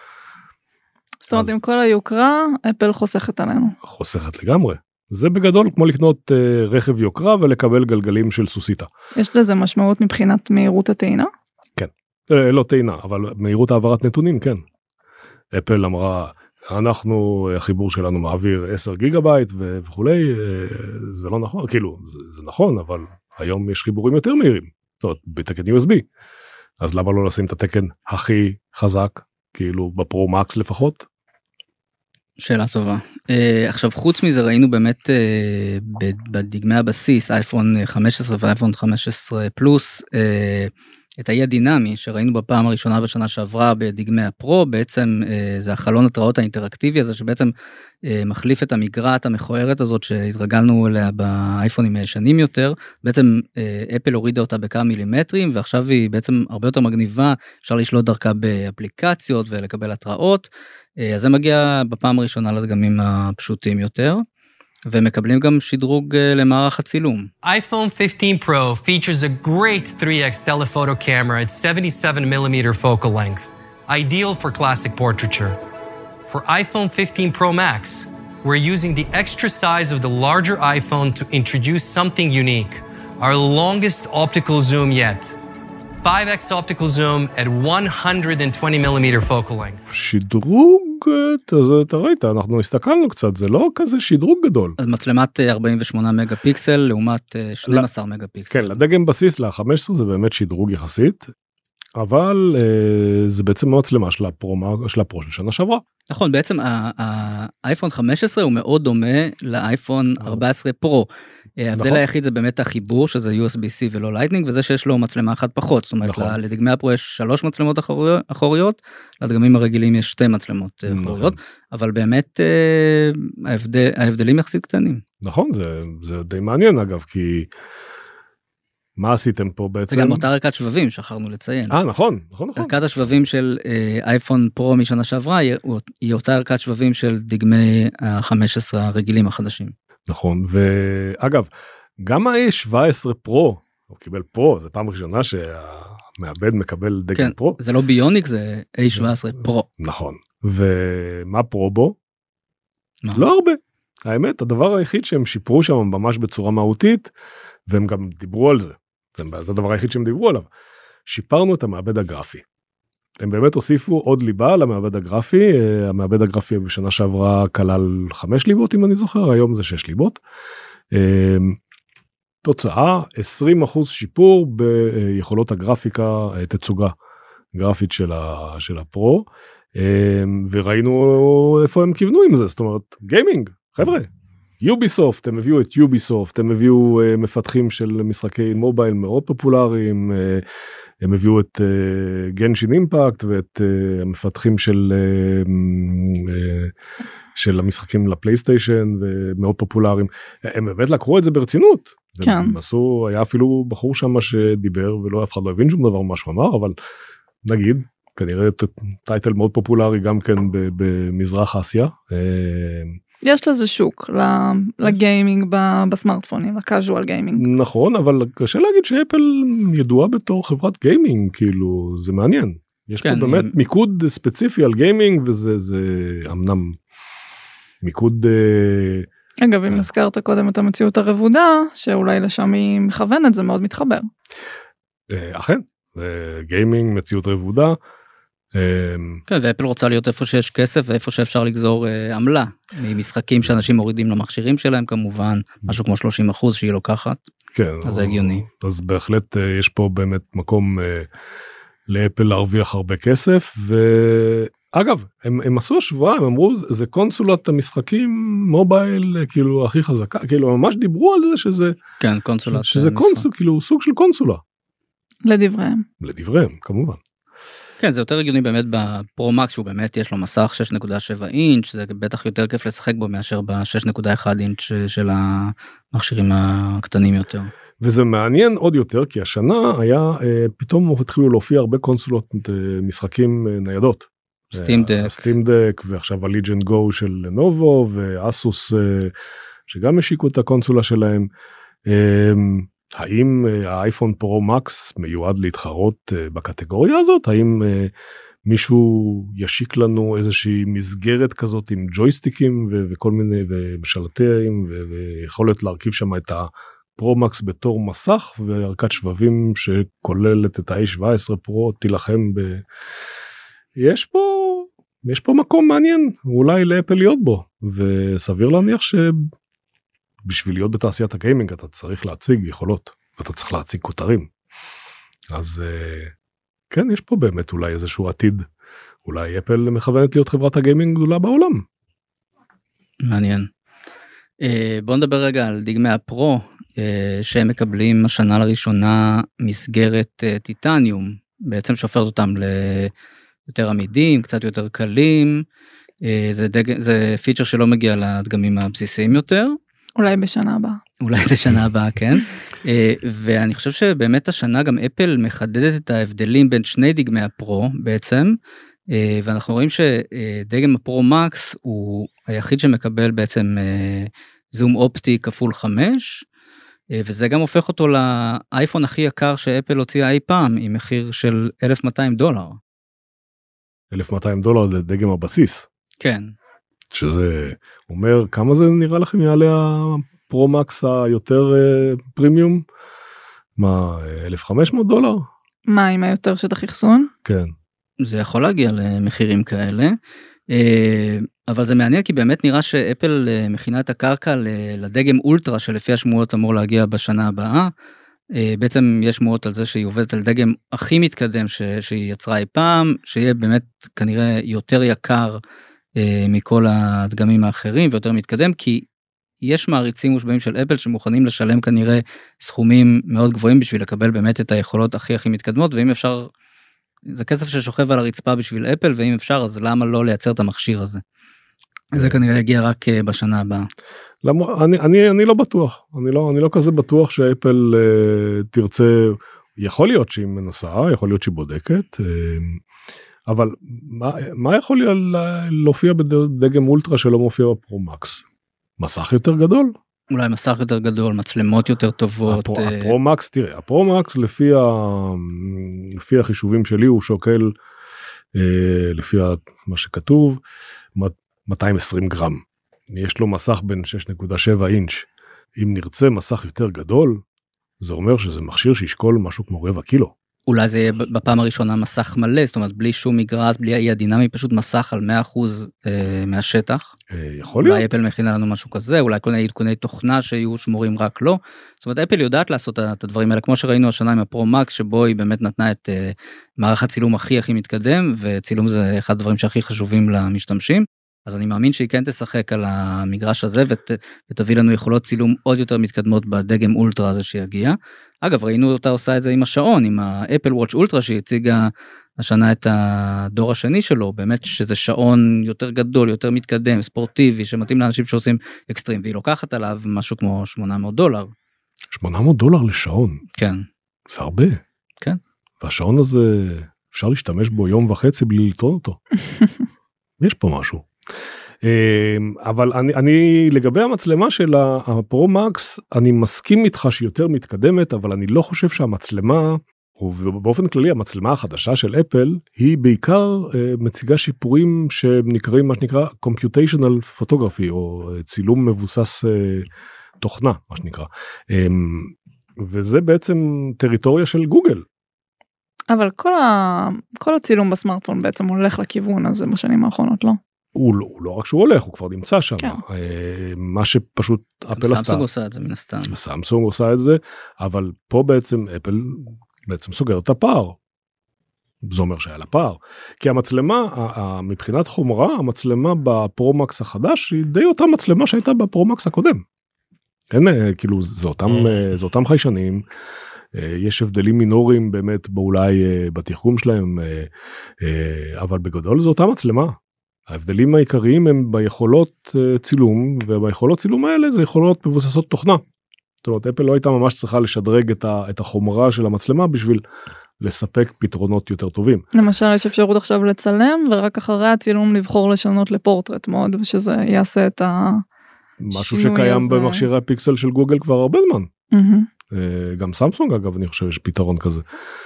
[SPEAKER 2] זאת אומרת, עם כל היוקרה, אפל חוסכת עלינו.
[SPEAKER 4] חוסכת לגמרי. זה בגדול כמו לקנות uh, רכב יוקרה ולקבל גלגלים של סוסיטה. יש
[SPEAKER 2] לזה משמעות מבחינת מהירות הטעינה?
[SPEAKER 4] כן, אה, לא טעינה, אבל מהירות העברת נתונים, כן. אפל אמרה, אנחנו, החיבור שלנו מעביר עשרה גיגה בייט ו- וכולי, אה, זה לא נכון, כאילו, זה, זה נכון, אבל היום יש חיבורים יותר מהירים, זאת אומרת, בתקן יו אס בי, אז למה לא לשים את התקן הכי חזק, כאילו בפרו-מקס לפחות?
[SPEAKER 3] שאלה טובה. Uh, עכשיו חוץ מזה ראינו באמת uh, בדגמי הבסיס אייפון חמש עשרה ואייפון חמש עשרה פלוס uh, את האי הדינמי שראינו בפעם הראשונה בשנה שעברה בדגמי הפרו, בעצם uh, זה החלון התראות האינטראקטיבי הזה שבעצם uh, מחליף את המגרעת המכוערת הזאת שהתרגלנו אליה באייפונים הישנים יותר, בעצם uh, אפל הורידה אותה בכמה מילימטרים ועכשיו היא בעצם הרבה יותר מגניבה, אפשר לשלוט דרכה באפליקציות ולקבל התראות, אז זה מגיע בפעם הראשונה לדגמים הפשוטים יותר, ומקבלים גם שדרוג למערך הצילום.
[SPEAKER 9] iPhone fifteen Pro features a great three X telephoto camera at seventy-seven millimeter focal length, ideal for classic portraiture. For iPhone fifteen Pro Max, we're using the extra size of the larger iPhone to introduce something unique, our longest optical zoom yet. five X optical zoom at one hundred twenty millimeter focal length.
[SPEAKER 4] שדרוג, אז אתה ראית, אנחנו הסתכלנו קצת, זה לא כזה שדרוג גדול.
[SPEAKER 3] אז מצלמת ארבעים ושמונה מגה פיקסל לעומת שנים עשר מגה פיקסל.
[SPEAKER 4] כן, לדגם בסיס ל-חמש עשרה זה באמת שדרוג יחסית, אבל אה, זה בעצם המצלמה של הפרו, של הפרו של שנה שעברה.
[SPEAKER 3] נכון, בעצם האייפון חמש עשרה הוא מאוד דומה לאייפון ארבע עשרה פרו. ההבדל היחיד זה באמת החיבור, שזה יו אס בי סי ולא לייטנינג, וזה שיש לו מצלמה אחת פחות. זאת אומרת, לדגמי הפרו יש שלוש מצלמות אחוריות, לדגמים הרגילים יש שתי מצלמות אחוריות, אבל באמת ההבדלים יחסית קטנים.
[SPEAKER 4] נכון, זה די מעניין אגב, כי מה עשיתם פה בעצם?
[SPEAKER 3] זה גם אותה ערכת שבבים, שכחנו לציין.
[SPEAKER 4] אה, נכון, נכון, נכון.
[SPEAKER 3] ערכת השבבים של אייפון פרו משנה שעברה, היא אותה ערכת שבבים של דגמי ה-חמש עשרה הרגילים החדשים.
[SPEAKER 4] נכון, ואגב, גם ה-איי שבע עשרה פרו, הוא קיבל פרו, זה פעם ראשונה שהמעבד מקבל דגם
[SPEAKER 3] כן,
[SPEAKER 4] פרו.
[SPEAKER 3] זה לא ביוניק, זה איי שבע עשרה פרו.
[SPEAKER 4] נכון, ומה פרו בו? מה? לא הרבה. האמת, הדבר היחיד שהם שיפרו שם ממש בצורה מהותית, והם גם דיברו על זה. זה, זה הדבר היחיד שהם דיברו עליו. שיפרנו את המעבד הגרפי. הם באמת הוסיפו עוד ליבה למעבד הגרפי. המעבד הגרפי בשנה שעברה כלל חמש ליבות, אם אני זוכר, היום זה שש ליבות. תוצאה, עשרים אחוז שיפור ביכולות הגרפיקה, תצוגה גרפית של, ה, של הפרו, וראינו איפה הם כיוונו עם זה, זאת אומרת, גיימינג, חבר'ה. יוביסופט, הם הביאו את יוביסופט, הם הביאו uh, מפתחים של משחקי מובייל מאוד פופולריים, uh, הם הביאו את גנשין אימפקט ואת uh, המפתחים של, uh, uh, של המשחקים לפלייסטיישן ומאוד פופולריים, הם באמת לקחו את זה ברצינות,
[SPEAKER 2] כן.
[SPEAKER 4] הם עשו, היה אפילו בחור שם שדיבר ולא אף אחד לא הבין שום דבר מה שהוא אמר, אבל נגיד, כנראה טייטל מאוד פופולרי גם כן במזרח אסיה,
[SPEAKER 2] יש לזה שוק לגיימינג בסמארטפונים, הקאז'ואל גיימינג.
[SPEAKER 4] נכון, אבל קשה להגיד שאפל ידועה בתור חברת גיימינג, כאילו זה מעניין. יש פה באמת מיקוד ספציפי על גיימינג, וזה אמנם מיקוד...
[SPEAKER 2] אגב, אם הזכרת קודם את המציאות הרבודה, שאולי לשם היא מכוונת, זה מאוד מתחבר.
[SPEAKER 4] אכן, גיימינג, מציאות רבודה,
[SPEAKER 3] כן, ואפל רוצה להיות איפה שיש כסף ואיפה שאפשר לגזור עמלה ממשחקים שאנשים מורידים למכשירים שלהם כמובן, משהו כמו שלושים אחוז שהיא לוקחת, אז זה הגיוני.
[SPEAKER 4] אז בהחלט יש פה באמת מקום לאפל להרוויח הרבה כסף, ואגב, הם, הם עשו השוואה, הם אמרו, זה קונסולת המשחקים מובייל כאילו הכי חזקה, כאילו ממש דיברו על זה שזה,
[SPEAKER 3] כן, קונסולת,
[SPEAKER 4] שזה קונסול, כאילו סוג של קונסולה.
[SPEAKER 2] לדבריהם.
[SPEAKER 4] לדבריהם, כמובן.
[SPEAKER 3] כן, זה יותר הגיוני באמת בפרו-מקס, שהוא באמת יש לו מסך שש נקודה שבע אינץ', זה בטח יותר כיף לשחק בו מאשר ב-שש נקודה אחת אינץ' של המכשירים הקטנים יותר.
[SPEAKER 4] וזה מעניין עוד יותר, כי השנה היה, פתאום התחילו להופיע הרבה קונסולות משחקים ניידות.
[SPEAKER 3] סטים דק.
[SPEAKER 4] סטים דק, ועכשיו הליג'נד גו של לנובו, ואסוס שגם השיקו את הקונסולה שלהם. האם האייפון פרו מקס מיועד להתחרות בקטגוריה הזאת? האם מישהו ישיק לנו איזושהי מסגרת כזאת עם ג'ויסטיקים וכל מיני ומשלטים ויכולת להרכיב שם את הפרו מקס בתור מסך וערכת שבבים שכוללת את ה-איי שבע עשרה פרו תילחם ב... יש פה, יש פה מקום מעניין אולי לאפל להיות בו, וסביר להניח שבשביל להיות בתעשיית הגיימינג אתה צריך להציג יכולות ואתה צריך להציג כותרים. אז כן, יש פה באמת אולי איזשהו עתיד, אולי אפל מכוונת להיות חברת הגיימינג גדולה בעולם.
[SPEAKER 3] מעניין. בוא נדבר רגע על דגמי הפרו, שהם מקבלים השנה לראשונה מסגרת טיטניום, בעצם שהופכת אותם ליותר עמידים, קצת יותר קלים, זה, דג... זה פיצ'ר שלא מגיע לדגמים הבסיסיים יותר.
[SPEAKER 2] אולי בשנה הבאה.
[SPEAKER 3] אולי בשנה הבאה, כן. ואני חושב שבאמת השנה גם אפל מחדדת את ההבדלים בין שני דגמי הפרו בעצם, ואנחנו רואים שדגם הפרו מקס הוא היחיד שמקבל בעצם זום אופטי כפול חמש, וזה גם הופך אותו לאייפון הכי יקר שאפל הוציאה אי פעם, עם מחיר של אלף ומאתיים דולר.
[SPEAKER 4] אלף ומאתיים דולר לדגם הבסיס.
[SPEAKER 3] כן.
[SPEAKER 4] שזה אומר, כמה זה נראה לכם יעלה הפרו מקס היותר פרימיום? מה, אלף וחמש מאות דולר?
[SPEAKER 2] מה, עם היותר שטח אחסון?
[SPEAKER 4] כן.
[SPEAKER 3] זה יכול להגיע למחירים כאלה, אבל זה מעניין כי באמת נראה שאפל מכינה את הקרקע לדגם אולטרה שלפי השמועות אמור להגיע בשנה הבאה. בעצם יש שמועות על זה שהיא עובדת על דגם הכי מתקדם ש... שהיא יצרה אי פעם, שיהיה באמת כנראה יותר יקר מכל הדגמים האחרים ויותר מתקדם, כי יש מעריצים מושבעים של אפל שמוכנים לשלם כנראה סכומים מאוד גבוהים בשביל לקבל באמת את היכולות הכי הכי מתקדמות, ואם אפשר, זה כסף ששוכב על הרצפה בשביל אפל, ואם אפשר אז למה לא לייצר את המכשיר הזה? זה כנראה יגיע רק בשנה הבאה.
[SPEAKER 4] למה, אני, אני, אני לא בטוח, אני לא, אני לא כזה בטוח שאפל uh, תרצה, יכול להיות שהיא מנסה, יכול להיות שהיא בודקת, uh, אבל מה, מה יכול להופיע בדגם אולטרה שלא מופיע בפרו מקס? מסך יותר גדול?
[SPEAKER 3] אולי מסך יותר גדול, מצלמות יותר טובות.
[SPEAKER 4] הפרו, הפרו מקס, תראה, הפרו מקס לפי, ה, לפי החישובים שלי הוא שוקל, אה, לפי מה שכתוב, מאתיים ועשרים גרם. יש לו מסך בין שש נקודה שבע אינץ'. אם נרצה מסך יותר גדול, זה אומר שזה מכשיר שישקול משהו כמו רבע קילו.
[SPEAKER 3] אולי זה יהיה בפעם הראשונה מסך מלא, זאת אומרת בלי שום מגרעת, בלי האי הדינמי, פשוט מסך על מאה אחוז אה, מהשטח.
[SPEAKER 4] אה, יכול להיות.
[SPEAKER 3] אולי אפל מכינה לנו משהו כזה, אולי כל מיני עדכוני תוכנה שיהיו שמורים רק לא. זאת אומרת אפל יודעת לעשות את הדברים האלה, כמו שראינו השנה עם הפרו מקס, שבו היא באמת נתנה את אה, מערך הצילום הכי הכי מתקדם, וצילום זה אחד הדברים שהכי חשובים למשתמשים. אז אני מאמין שהיא כן תשחק על המגרש הזה, ות, ותביא לנו יכולות צילום עוד יותר מתקדמות בדגם אולטרה הזה שיגיע. אגב, ראינו אותה עושה את זה עם השעון, עם האפל וואץ' אולטרה שהציגה השנה את הדור השני שלו, באמת שזה שעון יותר גדול, יותר מתקדם, ספורטיבי, שמתאים לאנשים שעושים אקסטרים, והיא לוקחת עליו משהו כמו שמונה מאות דולר.
[SPEAKER 4] שמונה מאות דולר לשעון?
[SPEAKER 3] כן.
[SPEAKER 4] זה הרבה.
[SPEAKER 3] כן.
[SPEAKER 4] והשעון הזה, אפשר להשתמש בו יום וחצי בלי לטעון אותו. יש פה משהו. אבל אני, אני לגבי המצלמה של הפרו מקס, אני מסכים איתך שהיא יותר מתקדמת, אבל אני לא חושב שהמצלמה, ובאופן כללי המצלמה החדשה של אפל, היא בעיקר מציגה שיפורים שנקראים מה שנקרא computational photography, או צילום מבוסס תוכנה, מה שנקרא. וזה בעצם טריטוריה של גוגל.
[SPEAKER 2] אבל כל, ה... כל הצילום בסמארטפון בעצם הולך לכיוון הזה בשנים האחרונות, לא?
[SPEAKER 4] הוא לא, הוא לא רק שהוא הולך, הוא כבר נמצא שם.
[SPEAKER 2] כן.
[SPEAKER 4] מה שפשוט אפל עשתה.
[SPEAKER 3] סמסונג עושה את זה מן הסתם.
[SPEAKER 4] סמסונג עושה את זה, אבל פה בעצם אפל בעצם סוגר את הפער. זה אומר שהיה לה פער. כי המצלמה, מבחינת חומרה, המצלמה בפרו-מקס החדש, היא די אותה מצלמה שהייתה בפרו-מקס הקודם. אין, כאילו, זה אותם, זה אותם חיישנים, יש הבדלים מינוריים באמת, באולי בתחכום שלהם, אבל בגדול זה אותה מצלמה. ההבדלים העיקריים הם ביכולות צילום, וביכולות צילום האלה זה יכולות מבוססות תוכנה. זאת אומרת, אפל לא הייתה ממש צריכה לשדרג את החומרה של המצלמה בשביל לספק פתרונות יותר טובים.
[SPEAKER 2] למשל, יש אפשרות עכשיו לצלם, ורק אחרי הצילום לבחור לשנות לפורטרט מוד, ושזה יעשה את השינוי הזה.
[SPEAKER 4] משהו שקיים במכשירי הפיקסל של גוגל כבר הרבה זמן. גם סמסונג, אגב, אני חושב, יש פתרון כזה.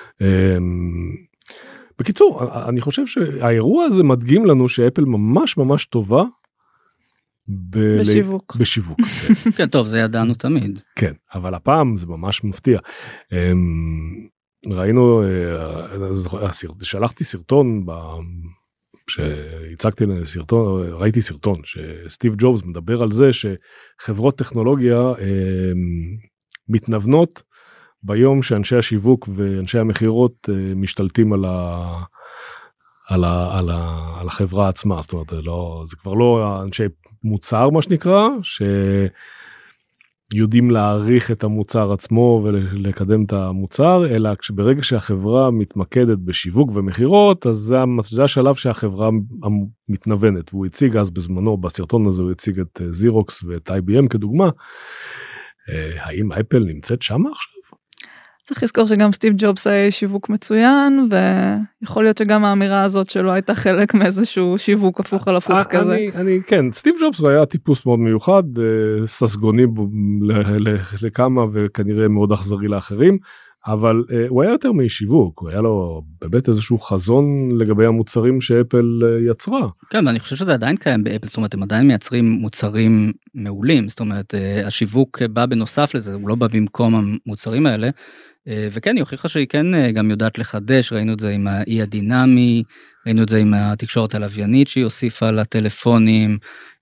[SPEAKER 4] בקיצור, אני חושב שהאירוע הזה מדגים לנו שאפל ממש ממש טובה,
[SPEAKER 2] בשיווק.
[SPEAKER 4] בשיווק.
[SPEAKER 3] כן, טוב, זה ידענו תמיד.
[SPEAKER 4] כן, אבל הפעם זה ממש מפתיע. ראינו, שלחתי סרטון, שהצגתי לסרטון, ראיתי סרטון, שסטיב ג'ובס מדבר על זה שחברות טכנולוגיה מתנוונות ביום שאנשי השיווק ואנשי המחירות משתלטים על ה... על, ה, על, ה, על החברה עצמה, זאת אומרת, לא, זה כבר לא אנשי מוצר, מה שנקרא, שיודעים להעריך את המוצר עצמו ולקדם את המוצר, אלא ברגע שהחברה מתמקדת בשיווק ומחירות, אז זה, זה השלב שהחברה מתנוונת, והוא הציג אז בזמנו, בסרטון הזה הוא הציג את זירוקס ואת איי בי אם כדוגמה. האם אפל נמצאת שם עכשיו?
[SPEAKER 2] צריך לזכור שגם סטיב ג'ובס היה שיווק מצוין, ויכול להיות שגם האמירה הזאת שלו הייתה חלק מאיזשהו שיווק הפוך על הפוך כזה.
[SPEAKER 4] אני, אני, כן, סטיב ג'ובס היה טיפוס מאוד מיוחד, ססגוני לכמה וכנראה מאוד אכזרי לאחרים, אבל הוא היה יותר משיווק, הוא היה לו באמת איזשהו חזון לגבי המוצרים שאפל יצרה.
[SPEAKER 3] כן, ואני חושב שזה עדיין קיים באפל, זאת אומרת, הם עדיין מייצרים מוצרים מעולים, זאת אומרת, השיווק בא בנוסף לזה, הוא לא בא במקום המוצרים האלה, וכן, היא הוכיחה שהיא כן גם יודעת לחדש, ראינו את זה עם האי הדינמי, ראינו את זה עם התקשורת הלוויינית שהיא הוסיפה לטלפונים,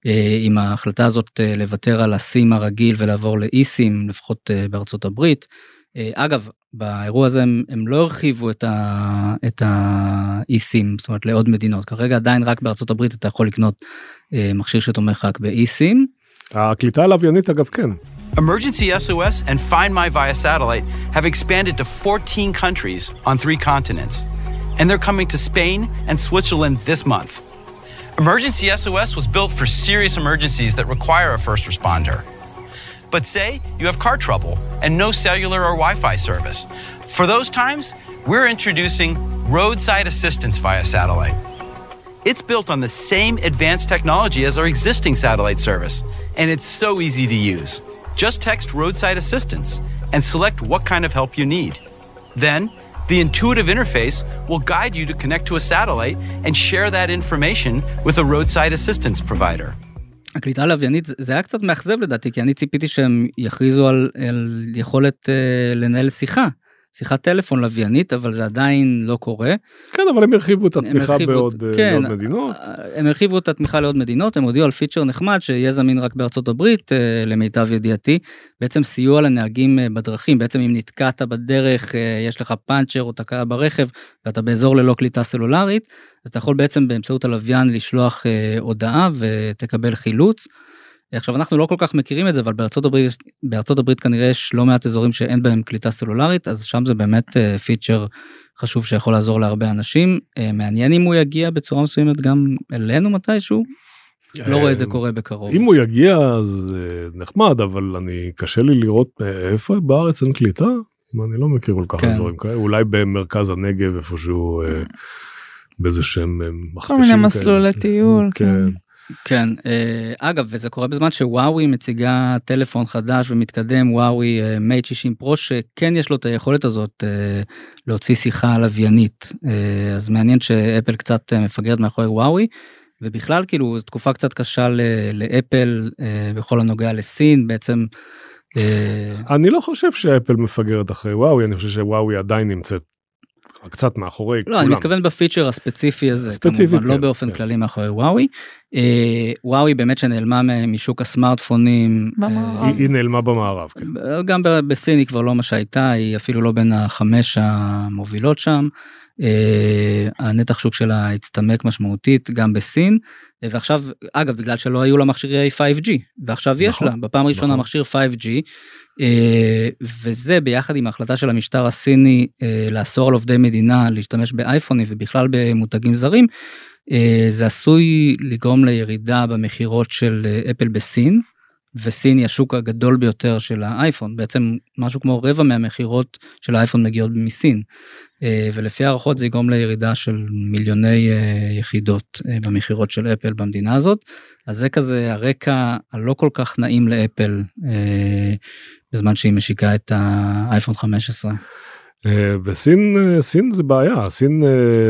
[SPEAKER 3] עם ההחלטה הזאת לוותר על הסים הרגיל ולעבור לאי-סים, לפחות בארצות הברית. אגב, באירוע הזה הם, הם לא הרחיבו את ה, את האי-סים, זאת אומרת לעוד מדינות. כרגע עדיין רק בארצות הברית אתה יכול לקנות מכשיר שתומך רק באי-סים.
[SPEAKER 4] הקליטה הלוויינית אגב כן.
[SPEAKER 10] Emergency S O S and Find My via satellite have expanded to fourteen countries on three continents, and they're coming to Spain and Switzerland this month. Emergency S O S was built for serious emergencies that require a first responder. But say you have car trouble and no cellular or Wi-Fi service. For those times, we're introducing roadside assistance via satellite. It's built on the same advanced technology as our existing satellite service, and it's so easy to use. Just text roadside assistance and select what kind of help you need. Then, the intuitive interface will guide you to connect to a satellite and share that information with a roadside assistance provider.
[SPEAKER 3] הקליטה הלוויינית זה היה קצת מאכזב לדעתי, כי אני ציפיתי שהם יכריזו על, על יכולת אה, לנהל שיחה, שיחת טלפון לוויינית, אבל זה עדיין לא קורה.
[SPEAKER 4] כן, אבל הם הרחיבו את התמיכה הרחיבו, בעוד, כן, בעוד מדינות.
[SPEAKER 3] הם הרחיבו את התמיכה לעוד מדינות, הם הודיעו על פיצ'ר נחמד שיהיה זמין רק בארצות הברית, למיטב ידיעתי, בעצם סיוע לנהגים בדרכים, בעצם אם נתקעת בדרך, יש לך פאנצ'ר או תקעה ברכב, ואתה באזור ללא קליטה סלולרית, אז אתה יכול בעצם באמצעות הלוויין לשלוח הודעה ותקבל חילוץ. עכשיו אנחנו לא כל כך מכירים את זה, אבל בארצות הברית, בארצות הברית כנראה יש לא מעט אזורים שאין בהם קליטה סלולרית, אז שם זה באמת פיצ'ר חשוב שיכול לעזור להרבה אנשים. מעניין אם הוא יגיע בצורה מסוימת גם אלינו מתישהו, לא רואה את זה קורה בקרוב.
[SPEAKER 4] אם הוא יגיע אז נחמד, אבל אני קשה לי לראות איפה בארץ אין קליטה, אני לא מכיר כל כך אזורים כאלה, אולי במרכז הנגב איפשהו באיזה שהם
[SPEAKER 2] כל מיני מסלולי טיול, כן.
[SPEAKER 3] כן, אגב, וזה קורה בזמן שוואוי מציגה טלפון חדש ומתקדם, וואוי מייט שישים פרו, שכן יש לו את היכולת הזאת להוציא שיחה לוויינית, אז מעניין שאפל קצת מפגרת מאחורי וואוי, ובכלל כאילו זו תקופה קצת קשה לאפל בכל הנוגע לסין, בעצם...
[SPEAKER 4] אני לא חושב שאפל מפגרת אחרי וואוי, אני חושב שוואוי עדיין נמצאת קצת מאחורי
[SPEAKER 3] לא, כולם. אני מתכוון בפיצ'ר הספציפי הזה, כמובן, כן, לא באופן כן. כללי מאחורי וואוי. אה, וואוי באמת שנעלמה משוק הסמארטפונים.
[SPEAKER 2] במערב.
[SPEAKER 4] היא, היא נעלמה במערב, כן.
[SPEAKER 3] גם בסין היא כבר לא מה שהייתה, היא אפילו לא בין החמש המובילות שם. אה, הנתח שוק שלה הצטמק משמעותית גם בסין, ועכשיו, אגב, בגלל שלא היו לה מכשירי פייב ג'י, ועכשיו יש נכון, לה, בפעם ראשונה נכון. מכשיר פייב ג'י, וזה ביחד עם ההחלטה של המשטר הסיני לאסור על עובדי מדינה להשתמש באייפונים ובכלל במותגים זרים, זה עשוי לגרום לירידה במחירות של אפל בסין, וסין היא השוק הגדול ביותר של האייפון, בעצם משהו כמו רבע מהמחירות של האייפון מגיעות מסין, ולפי הערכות זה יגרום לירידה של מיליוני יחידות במחירות של אפל במדינה הזאת, אז זה כזה הרקע הלא כל כך נעים לאפל, בזמן שהיא משיקה את האייפון חמש עשרה.
[SPEAKER 4] וסין, סין זה בעיה, סין,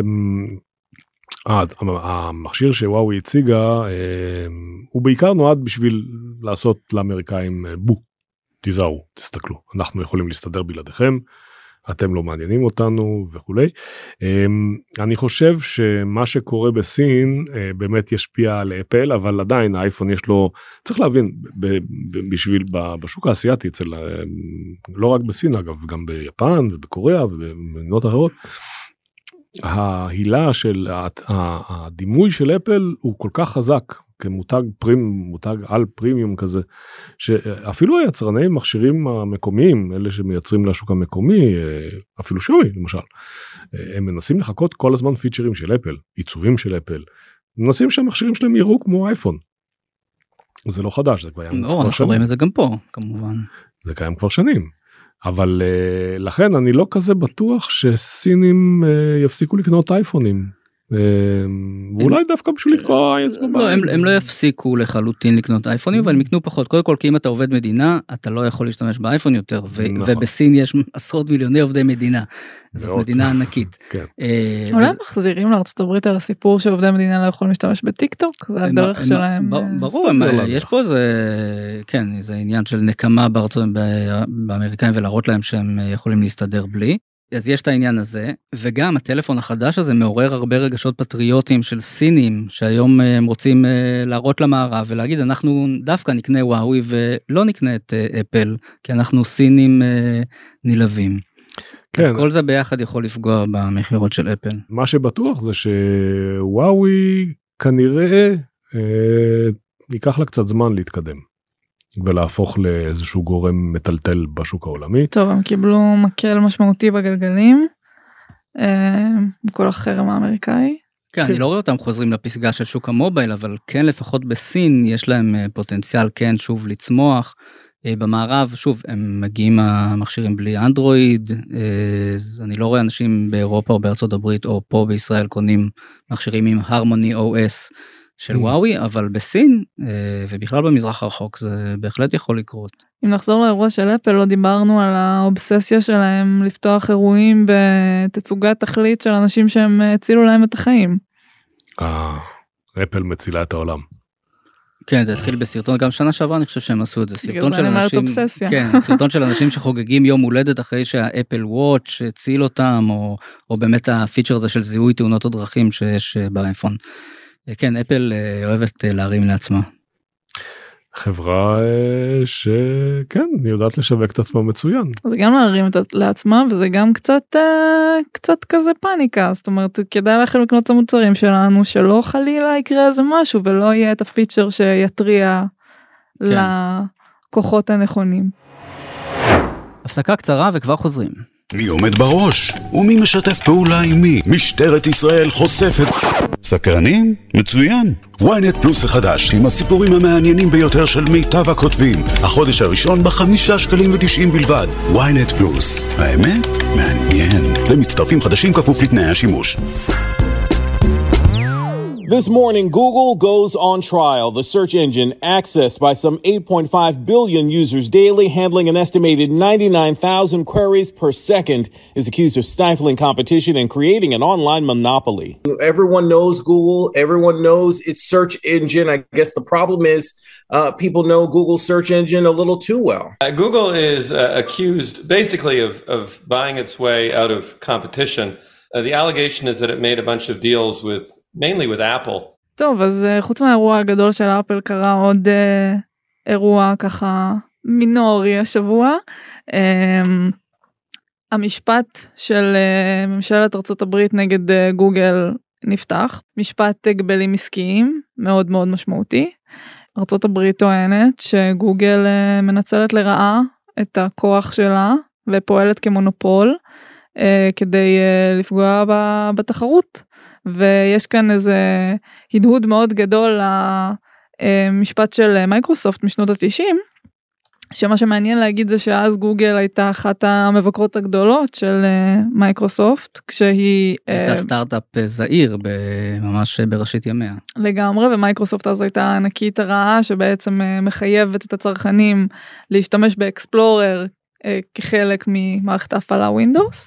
[SPEAKER 4] המכשיר שוואוי הציגה, הוא בעיקר נועד בשביל לעשות לאמריקאים בו, תיזהרו, תסתכלו, אנחנו יכולים להסתדר בלעדיכם, אתם לא מעניינים אותנו וכולי. אני חושב שמה שקורה בסין באמת ישפיע על אפל, אבל עדיין האייפון יש לו, צריך להבין, בשביל, בשוק האסייתי, אצל, לא רק בסין אגב, גם ביפן ובקוריאה ובמדינות אחרות, ההילה של, הדימוי של אפל הוא כל כך חזק, כמותג פרים, מותג על פרימיום כזה, שאפילו היצרני מכשירים המקומיים, אלה שמייצרים לשוק המקומי, אפילו שווי למשל, הם מנסים לחכות כל הזמן פיצ'רים של אפל, עיצובים של אפל, מנסים שהמכשירים שלהם יראו כמו אייפון. זה לא חדש, זה כבר קיים.
[SPEAKER 3] לא, אנחנו רואים את זה גם פה, כמובן.
[SPEAKER 4] זה קיים כבר שנים. אבל לכן אני לא כזה בטוח שסינים יפסיקו לקנות אייפונים. ואולי דווקא בשביל לתקוע אצבע
[SPEAKER 3] בעין. לא, הם לא יפסיקו לחלוטין לקנות אייפונים, אבל הם יקנו פחות. קודם כל, כי אם אתה עובד מדינה, אתה לא יכול להשתמש באייפון יותר, ובסין יש עשרות מיליוני עובדי מדינה. זאת מדינה ענקית.
[SPEAKER 2] אולי הם מחזירים לארצות הברית על הסיפור שעובדי מדינה לא יכולים להשתמש בטיקטוק, זה הדרך שלהם.
[SPEAKER 3] ברור, יש פה איזה, כן, איזה עניין של נקמה באמריקאים, ולהראות להם שהם יכולים להסתדר בלי. אז יש את העניין הזה, וגם הטלפון החדש הזה מעורר הרבה רגשות פטריוטיים של סינים, שהיום הם רוצים להראות למערב, ולהגיד, אנחנו דווקא נקנה וואוי, ולא נקנה את אפל, כי אנחנו סינים נלהבים. כן. אז כל זה ביחד יכול לפגוע במחירות של אפל.
[SPEAKER 4] מה שבטוח זה שוואוי כנראה אה, ייקח לה קצת זמן להתקדם. ולהפוך לאיזשהו גורם מטלטל בשוק העולמי.
[SPEAKER 2] טוב, הם קיבלו מקל משמעותי בגלגלים, בכל החרם האמריקאי.
[SPEAKER 3] כן, אני לא רואה אותם חוזרים לפסגה של שוק המובייל, אבל כן לפחות בסין יש להם פוטנציאל כן שוב לצמוח. במערב, שוב, הם מגיעים המכשירים בלי אנדרואיד, אז אני לא רואה אנשים באירופה או בארצות הברית או פה בישראל קונים מכשירים עם הרמוני או אס, של וואוי, אבל בסין ובכלל במזרח הרחוק זה בהחלט יכול לקרות.
[SPEAKER 2] אם נחזור לאירוע של אפל, לא דיברנו על האובססיה שלהם לפתוח אירועים בתצוגת תכלית של אנשים שהם הצילו להם את החיים.
[SPEAKER 4] אה, אפל מצילה את העולם.
[SPEAKER 3] כן, זה התחיל בסרטון, גם שנה שעברה אני חושב שהם עשו את זה, סרטון של אנשים, כן, סרטון של אנשים שחוגגים יום הולדת אחרי שהאפל וואץ' הציל אותם, או, או באמת הפיצ'ר הזה של זיהוי תאונות הדרכים שיש באייפון. כן, אפל אוהבת להרים לעצמה.
[SPEAKER 4] חברה שכן, היא יודעת לשווק את עצמה מצוין.
[SPEAKER 2] זה גם להרים לעצמה, וזה גם קצת, קצת כזה פאניקה, זאת אומרת, כדאי לכם לקנות את המוצרים שלנו, שלא חלילה יקרה איזה משהו, ולא יהיה את הפיצ'ר שיטריע כן. לכוחות הנכונים.
[SPEAKER 3] הפסקה קצרה וכבר חוזרים.
[SPEAKER 11] מי עומד בראש? ומי משתף פעולה עם מי? משטרת ישראל חושפת... סקרנים? מצוין. וויינט פלוס החדש עם הסיפורים המעניינים ביותר של מיטב הכותבים. החודש הראשון בחמישה שקלים ותשעים בלבד. וויינט פלוס. האמת? מעניין. למצטרפים חדשים כפוף לתנאי השימוש.
[SPEAKER 12] This morning, Google goes on trial. The search engine, accessed by some eight point five billion users daily, handling an estimated ninety-nine thousand queries per second, is accused of stifling competition and creating an online monopoly.
[SPEAKER 13] Everyone knows Google. Everyone knows its search engine. I guess the problem is uh, people know Google's search engine a little too well.
[SPEAKER 14] Uh, Google is uh, accused basically of, of buying its way out of competition. Uh, the allegation is that it made a bunch of deals with mainly with Apple.
[SPEAKER 2] טוב, אז חוץ מהאירוע הגדול של אפל קרה עוד אה, אירוע ככה מינורי השבוע. אה, המשפט של אה, ממשלת ארצות הברית נגד אה, גוגל נפתח. משפט הגבלים עסקיים מאוד מאוד משמעותי. ארצות הברית טוענת שגוגל אה, מנצלת לרעה את הכוח שלה ופועלת כמונופול אה, כדי אה, לפגוע בתחרות. ויש כאן איזה הדהוד מאוד גדול משפט של מייקרוסופט משנות ה-תשעים, שמה שמעניין להגיד זה שאז גוגל הייתה אחת המבקרות הגדולות של מייקרוסופט, כשהיא...
[SPEAKER 3] הייתה סטארט-אפ זעיר ממש בראשית ימיה.
[SPEAKER 2] לגמרי, ומייקרוסופט אז הייתה ענקית הרעה, שבעצם מחייבת את הצרכנים להשתמש באקספלורר כחלק ממערכת ההפעלה ווינדוס,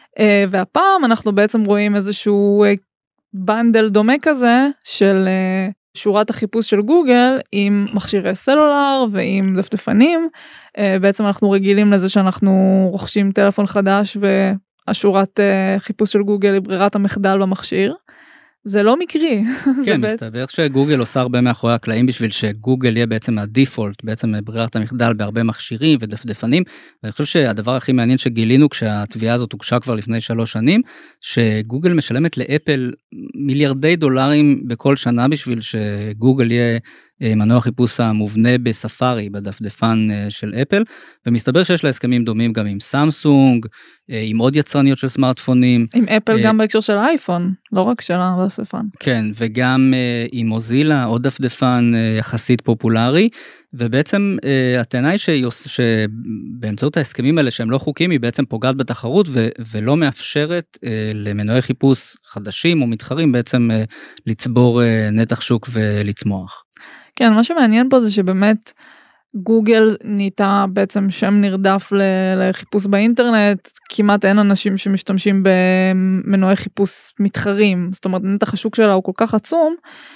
[SPEAKER 2] והפעם אנחנו בעצם רואים איזשהו בנדל דומה כזה של... שורת החיפוש של גוגל עם מכשירי סלולר ועם דפדפנים. בעצם אנחנו רגילים לזה שאנחנו רוכשים טלפון חדש והשורת חיפוש של גוגל היא ברירת המחדל במכשיר. זה לא מקרי.
[SPEAKER 3] כן, מסתבר שגוגל עושה הרבה מאחורי הקלעים בשביל שגוגל יהיה בעצם הדיפולט, בעצם ברירת המחדל בהרבה מכשירים ודפדפנים, ואני חושב שהדבר הכי מעניין שגילינו כשהתביעה הזאת הוגשה כבר לפני שלוש שנים, שגוגל משלמת לאפל מיליארדי דולרים בכל שנה בשביל שגוגל יהיה מנוע חיפוש המובנה בספארי, בדפדפן של אפל, ומסתבר שיש לה הסכמים דומים גם עם סמסונג, עם עוד יצרניות של סמארטפונים.
[SPEAKER 2] עם אפל גם בהקשר של האייפון, לא רק של הדפדפן.
[SPEAKER 3] כן, וגם עם מוזילה, עוד דפדפן יחסית פופולרי, ובעצם הטענה היא שבאמצעות ההסכמים האלה שהם לא חוקיים, היא בעצם פוגעת בתחרות ולא מאפשרת למנועי חיפוש חדשים או מתחרים בעצם לצבור נתח שוק ולצמוח.
[SPEAKER 2] כן, מה שמעניין פה זה שבאמת גוגל נהייתה בעצם שם נרדף לחיפוש באינטרנט, כמעט אין אנשים שמשתמשים במנועי חיפוש מתחרים, זאת אומרת נתח השוק שלה הוא כל כך עצום,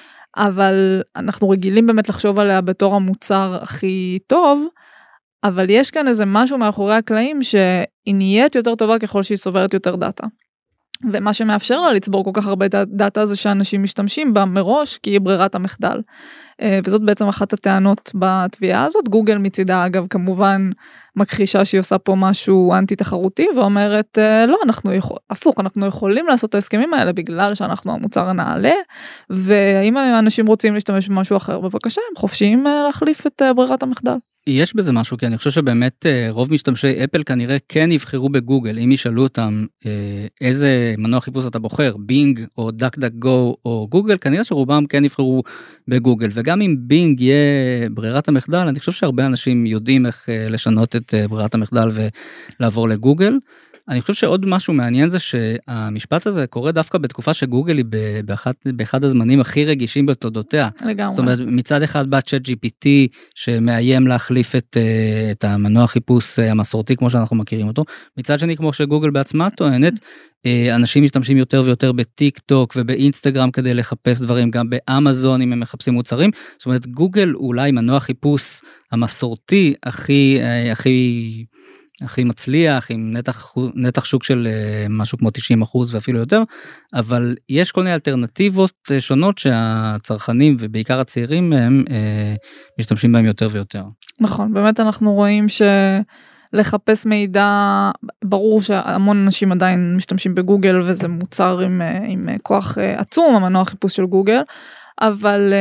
[SPEAKER 2] אבל אנחנו רגילים באמת לחשוב עליה בתור המוצר הכי טוב, אבל יש כאן איזה משהו מאחורי הקלעים שהיא נהיית יותר טובה ככל שהיא סוברת יותר דאטה. ומה שמאפשר לה לצבור כל כך הרבה דאטה זה שאנשים משתמשים בה מראש כי היא ברירת המחדל. וזאת בעצם אחת הטענות בתביעה הזאת. גוגל מצידה אגב כמובן מכחישה שהיא עושה פה משהו אנטי תחרותי ואומרת לא, אנחנו יכול, הפוך, אנחנו יכולים לעשות את ההסכמים האלה בגלל שאנחנו המוצר הנעלה, ואם האנשים רוצים להשתמש במשהו אחר בבקשה הם חופשיים להחליף את ברירת המחדל.
[SPEAKER 3] יש בזה משהו, כי אני חושב שבאמת רוב משתמשי אפל כנראה כן יבחרו בגוגל, אם ישאלו אותם איזה מנוע חיפוש אתה בוחר, בינג או דק דק גו או גוגל, כנראה שרובם כן יבחרו בגוגל, וגם אם בינג יהיה ברירת המחדל, אני חושב שהרבה אנשים יודעים איך לשנות את ברירת המחדל ולעבור לגוגל. אני חושב שעוד משהו מעניין זה שהמשפט הזה קורה דווקא בתקופה שגוגל היא באחד, באחד הזמנים הכי רגישים בתולדותיה.
[SPEAKER 2] לגמרי.
[SPEAKER 3] זאת אומרת, מצד אחד בא צ'אט ג'י פי טי שמאיים להחליף את, את המנוע חיפוש המסורתי כמו שאנחנו מכירים אותו. מצד שני, כמו שגוגל בעצמה טוענת, אנשים משתמשים יותר ויותר בטיק טוק ובאינסטגרם כדי לחפש דברים, גם באמזון אם הם מחפשים מוצרים. זאת אומרת, גוגל אולי מנוע חיפוש המסורתי הכי, הכי הכי מצליח, עם נתח, נתח שוק של משהו כמו תשעים אחוז ואפילו יותר, אבל יש כל מיני אלטרנטיבות שונות שהצרכנים ובעיקר הצעירים הם משתמשים בהם יותר ויותר.
[SPEAKER 2] נכון, באמת אנחנו רואים שלחפש מידע, ברור שהמון אנשים עדיין משתמשים בגוגל וזה מוצר עם, עם כוח עצום, המנוע חיפוש של גוגל, אבל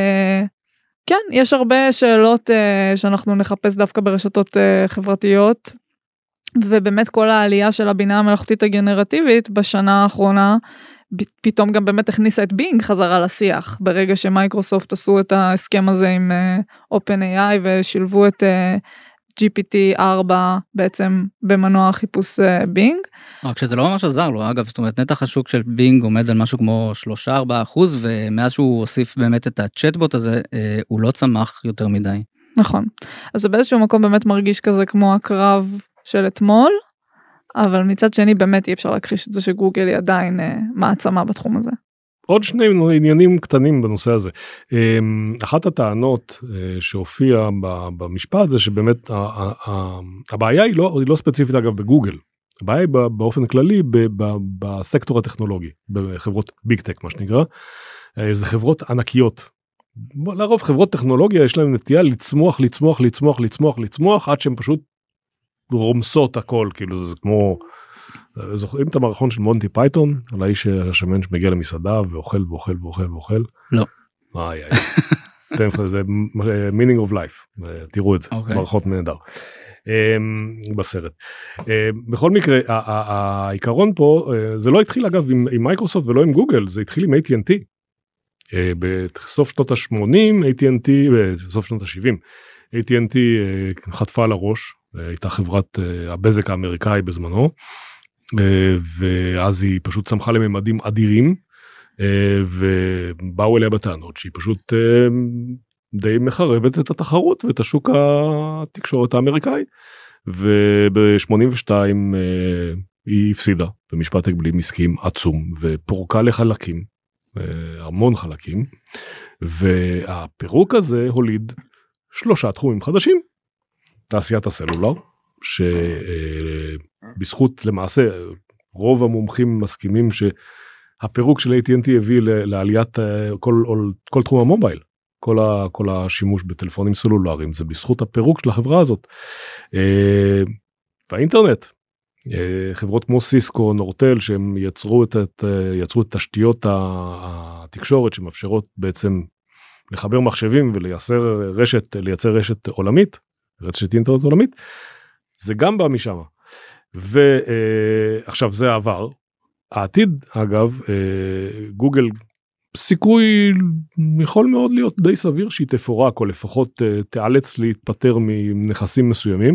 [SPEAKER 2] כן, יש הרבה שאלות שאנחנו נחפש דווקא ברשתות חברתיות, ובאמת כל העלייה של הבינה המלאכותית הגנרטיבית בשנה האחרונה, פתאום גם באמת הכניסה את בינג חזרה לשיח, ברגע שמייקרוסופט עשו את ההסכם הזה עם OpenAI ושילבו את ג'י פי טי ארבע בעצם במנוע חיפוש בינג.
[SPEAKER 3] רק שזה לא ממש עזר לו, אגב, זאת אומרת נתח השוק של בינג עומד על משהו כמו שלוש עד ארבע אחוז, ומאז שהוא הוסיף באמת את הצ'טבוט הזה, הוא לא צמח יותר מדי.
[SPEAKER 2] נכון, אז זה באיזשהו מקום באמת מרגיש כזה כמו הקרב של אתמול, אבל מצד שני באמת אי אפשר להכחיש את זה שגוגל היא עדיין אה, מעצמה בתחום הזה.
[SPEAKER 4] עוד שני עניינים קטנים בנושא הזה. אחת הטענות שהופיעה במשפט זה שבאמת הבעיה היא לא, היא לא ספציפית אגב בגוגל, הבעיה היא באופן כללי בסקטור הטכנולוגי, בחברות ביג טק מה שנקרא, זה חברות ענקיות. לרוב חברות טכנולוגיה יש להם נטייה לצמוח, לצמוח, לצמוח, לצמוח, לצמוח, עד שהם פשוט רומסות הכל, כאילו זה כמו, זוכרים את המערכון של מונטי פייתון, על האיש השמן שמגיע למסעדה ואוכל ואוכל ואוכל ואוכל?
[SPEAKER 3] לא.
[SPEAKER 4] איי איי, זה meaning of life, תראו את זה, מערכות נהדר. בסרט. בכל מקרה, העיקרון פה, זה לא התחיל אגב עם מייקרוסופט ולא עם גוגל, זה התחיל עם איי טי אנד טי. בסוף שנות ה-שמונים, איי טי אנד טי, בסוף שנות ה-שבעים, איי טי אנד טי חטפה על הראש, הייתה חברת הבזק האמריקאי בזמנו, ואז היא פשוט צמחה לממדים אדירים, ובאו אליה בטענות שהיא פשוט די מחרבת את התחרות ואת השוק התקשורת האמריקאי, וב-שמונים ושתיים היא הפסידה במשפט הגבלים עסקיים עצום, ופורקה לחלקים, המון חלקים, והפירוק הזה הוליד שלושה תחומים חדשים, תעשיית הסלולר, שבזכות למעשה רוב המומחים מסכימים שהפירוק של איי טי אנד טי הביא לעליית כל, כל תחום המובייל, כל, ה, כל השימוש בטלפונים סלולריים, זה בזכות הפירוק של החברה הזאת. והאינטרנט, חברות כמו סיסקו, נורטל, שהם יצרו את, את, יצרו את תשתיות התקשורת שמאפשרות בעצם לחבר מחשבים ולייצר רשת, לייצר רשת עולמית, רשת אינטרנט עולמית, זה גם בא משם. ועכשיו זה העבר. העתיד, אגב, גוגל, סיכוי יכול מאוד להיות די סביר שהיא תפורק, או לפחות תיאלץ להתפטר מנכסים מסוימים.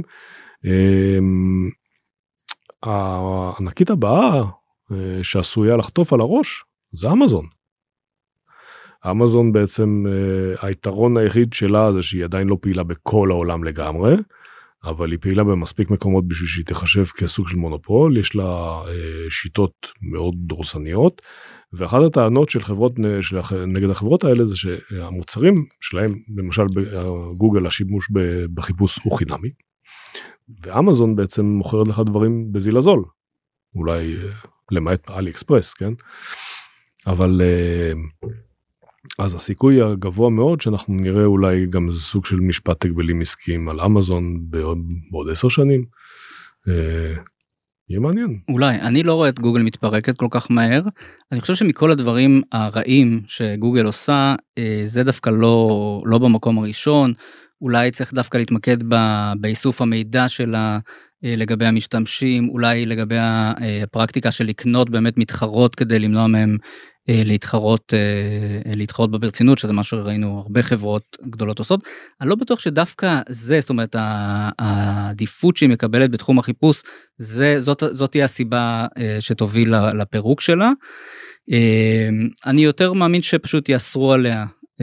[SPEAKER 4] הענקית הבאה שעשויה לחטוף על הראש זה אמזון. אמזון בעצם היתרון היחיד שלה זה שהיא עדיין לא פעילה בכל העולם לגמרי, אבל היא פעילה במספיק מקומות בשביל שהיא תחשב כסוג של מונופול, יש לה שיטות מאוד דורסניות, ואחת הטענות של חברות של, נגד החברות האלה זה שהמוצרים שלהם, למשל בגוגל השימוש בחיפוש הוא חינמי, ואמזון בעצם מוכרת לך דברים בזיל הזול, אולי למעט אלי אקספרס, כן? אבל אז הסיכוי הגבוה מאוד שאנחנו נראה אולי גם איזה סוג של משפט הגבלים עסקיים על אמזון בעוד, בעוד עשר שנים. יהיה מעניין.
[SPEAKER 3] אולי, אני לא רואה את גוגל מתפרקת כל כך מהר, אני חושב שמכל הדברים הרעים שגוגל עושה, זה דווקא לא, לא במקום הראשון, אולי צריך דווקא להתמקד באיסוף המידע שלה לגבי המשתמשים, אולי לגבי הפרקטיקה של לקנות באמת מתחרות כדי למנוע מהם להתחרות, להתחרות ברצינות, שזה מה שראינו הרבה חברות גדולות עושות. אני לא בטוח שדווקא זה, זאת אומרת, העדיפות שהיא מקבלת בתחום החיפוש, זה, זאת, זאת תהיה הסיבה שתוביל לפירוק שלה. אני יותר מאמין שפשוט יאסרו עליה,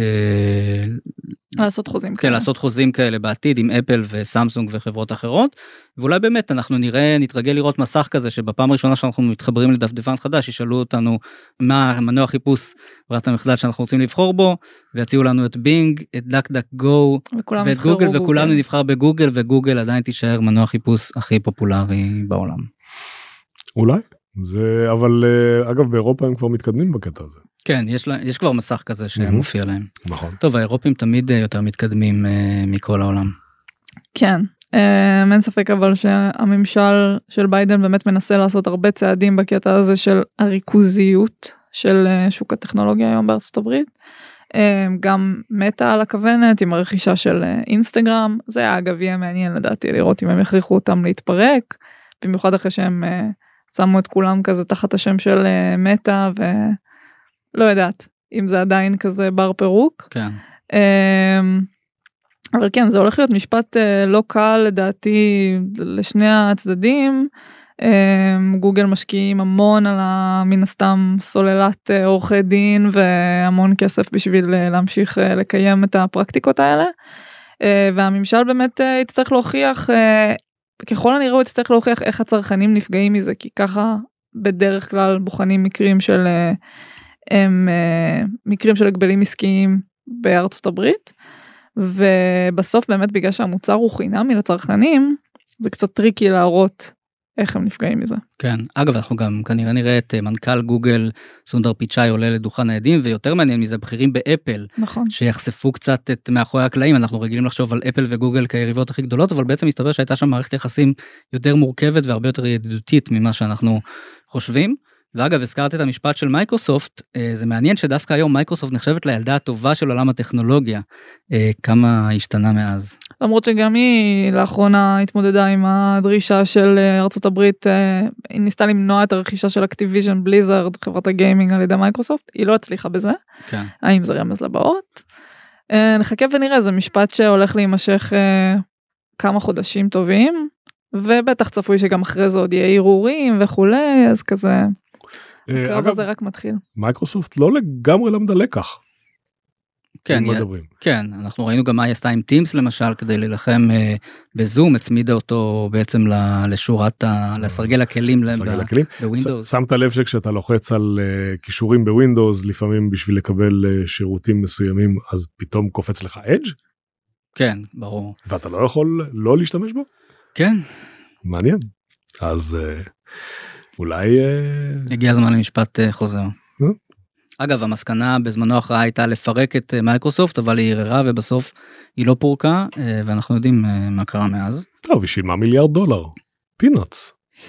[SPEAKER 2] לעשות חוזים
[SPEAKER 3] כן,
[SPEAKER 2] כאלה.
[SPEAKER 3] לעשות חוזים כאלה בעתיד עם אפל וסמסונג וחברות אחרות, ואולי באמת אנחנו נראה, נתרגל לראות מסך כזה, שבפעם הראשונה שאנחנו מתחברים לדפדפן חדש, ישאלו אותנו מה מנוע חיפוש ברירת המחדל שאנחנו רוצים לבחור בו, ויציעו לנו את בינג, את דק דק גו, ואת גוגל, וכולנו נבחר בגוגל, וגוגל עדיין תישאר מנוע חיפוש הכי פופולרי בעולם.
[SPEAKER 4] אולי, זה, אבל אגב באירופה הם כבר מתקדמים בקטע הזה.
[SPEAKER 3] כן, יש, לה, יש כבר מסך כזה שמופיע להם.
[SPEAKER 4] נכון.
[SPEAKER 3] טוב, האירופים תמיד יותר מתקדמים uh, מכל העולם.
[SPEAKER 2] כן, uh, אין ספק אבל שהממשל של ביידן באמת מנסה לעשות הרבה צעדים בקטע הזה של הריכוזיות של uh, שוק הטכנולוגיה היום בארצות הברית. Uh, גם מטה על הכוונת עם הרכישה של uh, אינסטגרם, זה אגב יהיה מעניין לדעתי לראות אם הם יכריחו אותם להתפרק, במיוחד אחרי שהם uh, שמו את כולם כזה תחת השם של uh, מטה ו... לא יודעת, אם זה עדיין כזה בר פירוק.
[SPEAKER 3] כן.
[SPEAKER 2] אבל כן, זה הולך להיות משפט לא קל לדעתי לשני הצדדים. גוגל משקיעים המון על מן הסתם סוללת עורכי דין והמון כסף בשביל להמשיך לקיים את הפרקטיקות האלה. והממשל באמת יצטרך להוכיח, ככל הנראה הוא יצטרך להוכיח איך הצרכנים נפגעים מזה, כי ככה בדרך כלל בוחנים מקרים של... הם uh, מקרים של הגבלים עסקיים בארצות הברית, ובסוף באמת בגלל שהמוצר הוא חינמי לצרכנים, זה קצת טריקי להראות איך הם נפגעים מזה.
[SPEAKER 3] כן, אגב אנחנו גם כנראה נראה את מנכ"ל גוגל סונדר פיצ'אי עולה לדוכן העדים, ויותר מעניין מזה בכירים באפל,
[SPEAKER 2] נכון.
[SPEAKER 3] שיחשפו קצת את מאחורי הקלעים, אנחנו רגילים לחשוב על אפל וגוגל כיריבות הכי גדולות, אבל בעצם מסתבר שהייתה שם מערכת יחסים יותר מורכבת והרבה יותר ידידותית ממה שאנחנו חושבים, ואגב, הזכרת את המשפט של מייקרוסופט, זה מעניין שדווקא היום מייקרוסופט נחשבת לילדה הטובה של עולם הטכנולוגיה. כמה השתנה מאז?
[SPEAKER 2] למרות שגם היא לאחרונה התמודדה עם הדרישה של ארצות הברית, היא ניסתה למנוע את הרכישה של אקטיביז'ן בליזרד, חברת הגיימינג על ידי מייקרוסופט, היא לא הצליחה בזה.
[SPEAKER 3] כן.
[SPEAKER 2] האם זה רמז לבאות? נחכה ונראה, זה משפט שהולך להימשך כמה חודשים טובים, ובטח צפוי שגם אחרי זה עוד יהיה ערעורים וכולי, אז כזה... הקרב הזה רק מתחיל.
[SPEAKER 4] מייקרוסופט לא לגמרי למדה לקח.
[SPEAKER 3] כן, כן, אנחנו ראינו גם מה היא עשתה עם טימס למשל, כדי להילחם בזום, הצמידה אותו בעצם לשורת, לסרגל הכלים בווינדוס.
[SPEAKER 4] שמת לב שכשאתה לוחץ על קישורים בווינדוס, לפעמים בשביל לקבל שירותים מסוימים, אז פתאום קופץ לך אדג'?
[SPEAKER 3] כן, ברור.
[SPEAKER 4] ואתה לא יכול לא להשתמש בו?
[SPEAKER 3] כן.
[SPEAKER 4] מעניין. אז... אולי...
[SPEAKER 3] הגיע הזמן למשפט חוזר. אגב, המסקנה בזמנו אחריה הייתה לפרק את מייקרוסופט, אבל היא ערערה ובסוף היא לא פורקה, ואנחנו יודעים מה קרה מאז.
[SPEAKER 4] טוב, היא שילמה מיליארד דולר. פינאץ.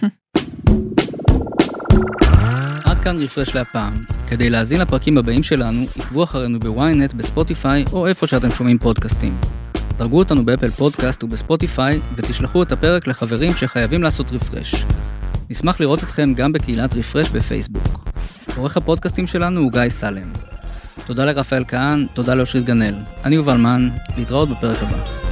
[SPEAKER 3] עד כאן רפרש להפעם. כדי להזין לפרקים הבאים שלנו, עקבו אחרינו בוויינט, בספוטיפיי, או איפה שאתם שומעים פודקאסטים. דרגו אותנו באפל פודקאסט ובספוטיפיי, ותשלחו את הפרק לחברים שחייבים לעשות רפרש. נשמח לראות אתכם גם בקהילת רפרש בפייסבוק. עורך הפודקאסטים שלנו הוא גיא סלם. תודה לרפאל כהן, תודה לאושרית גנאל. אני יובל מן, להתראות בפרק הבא.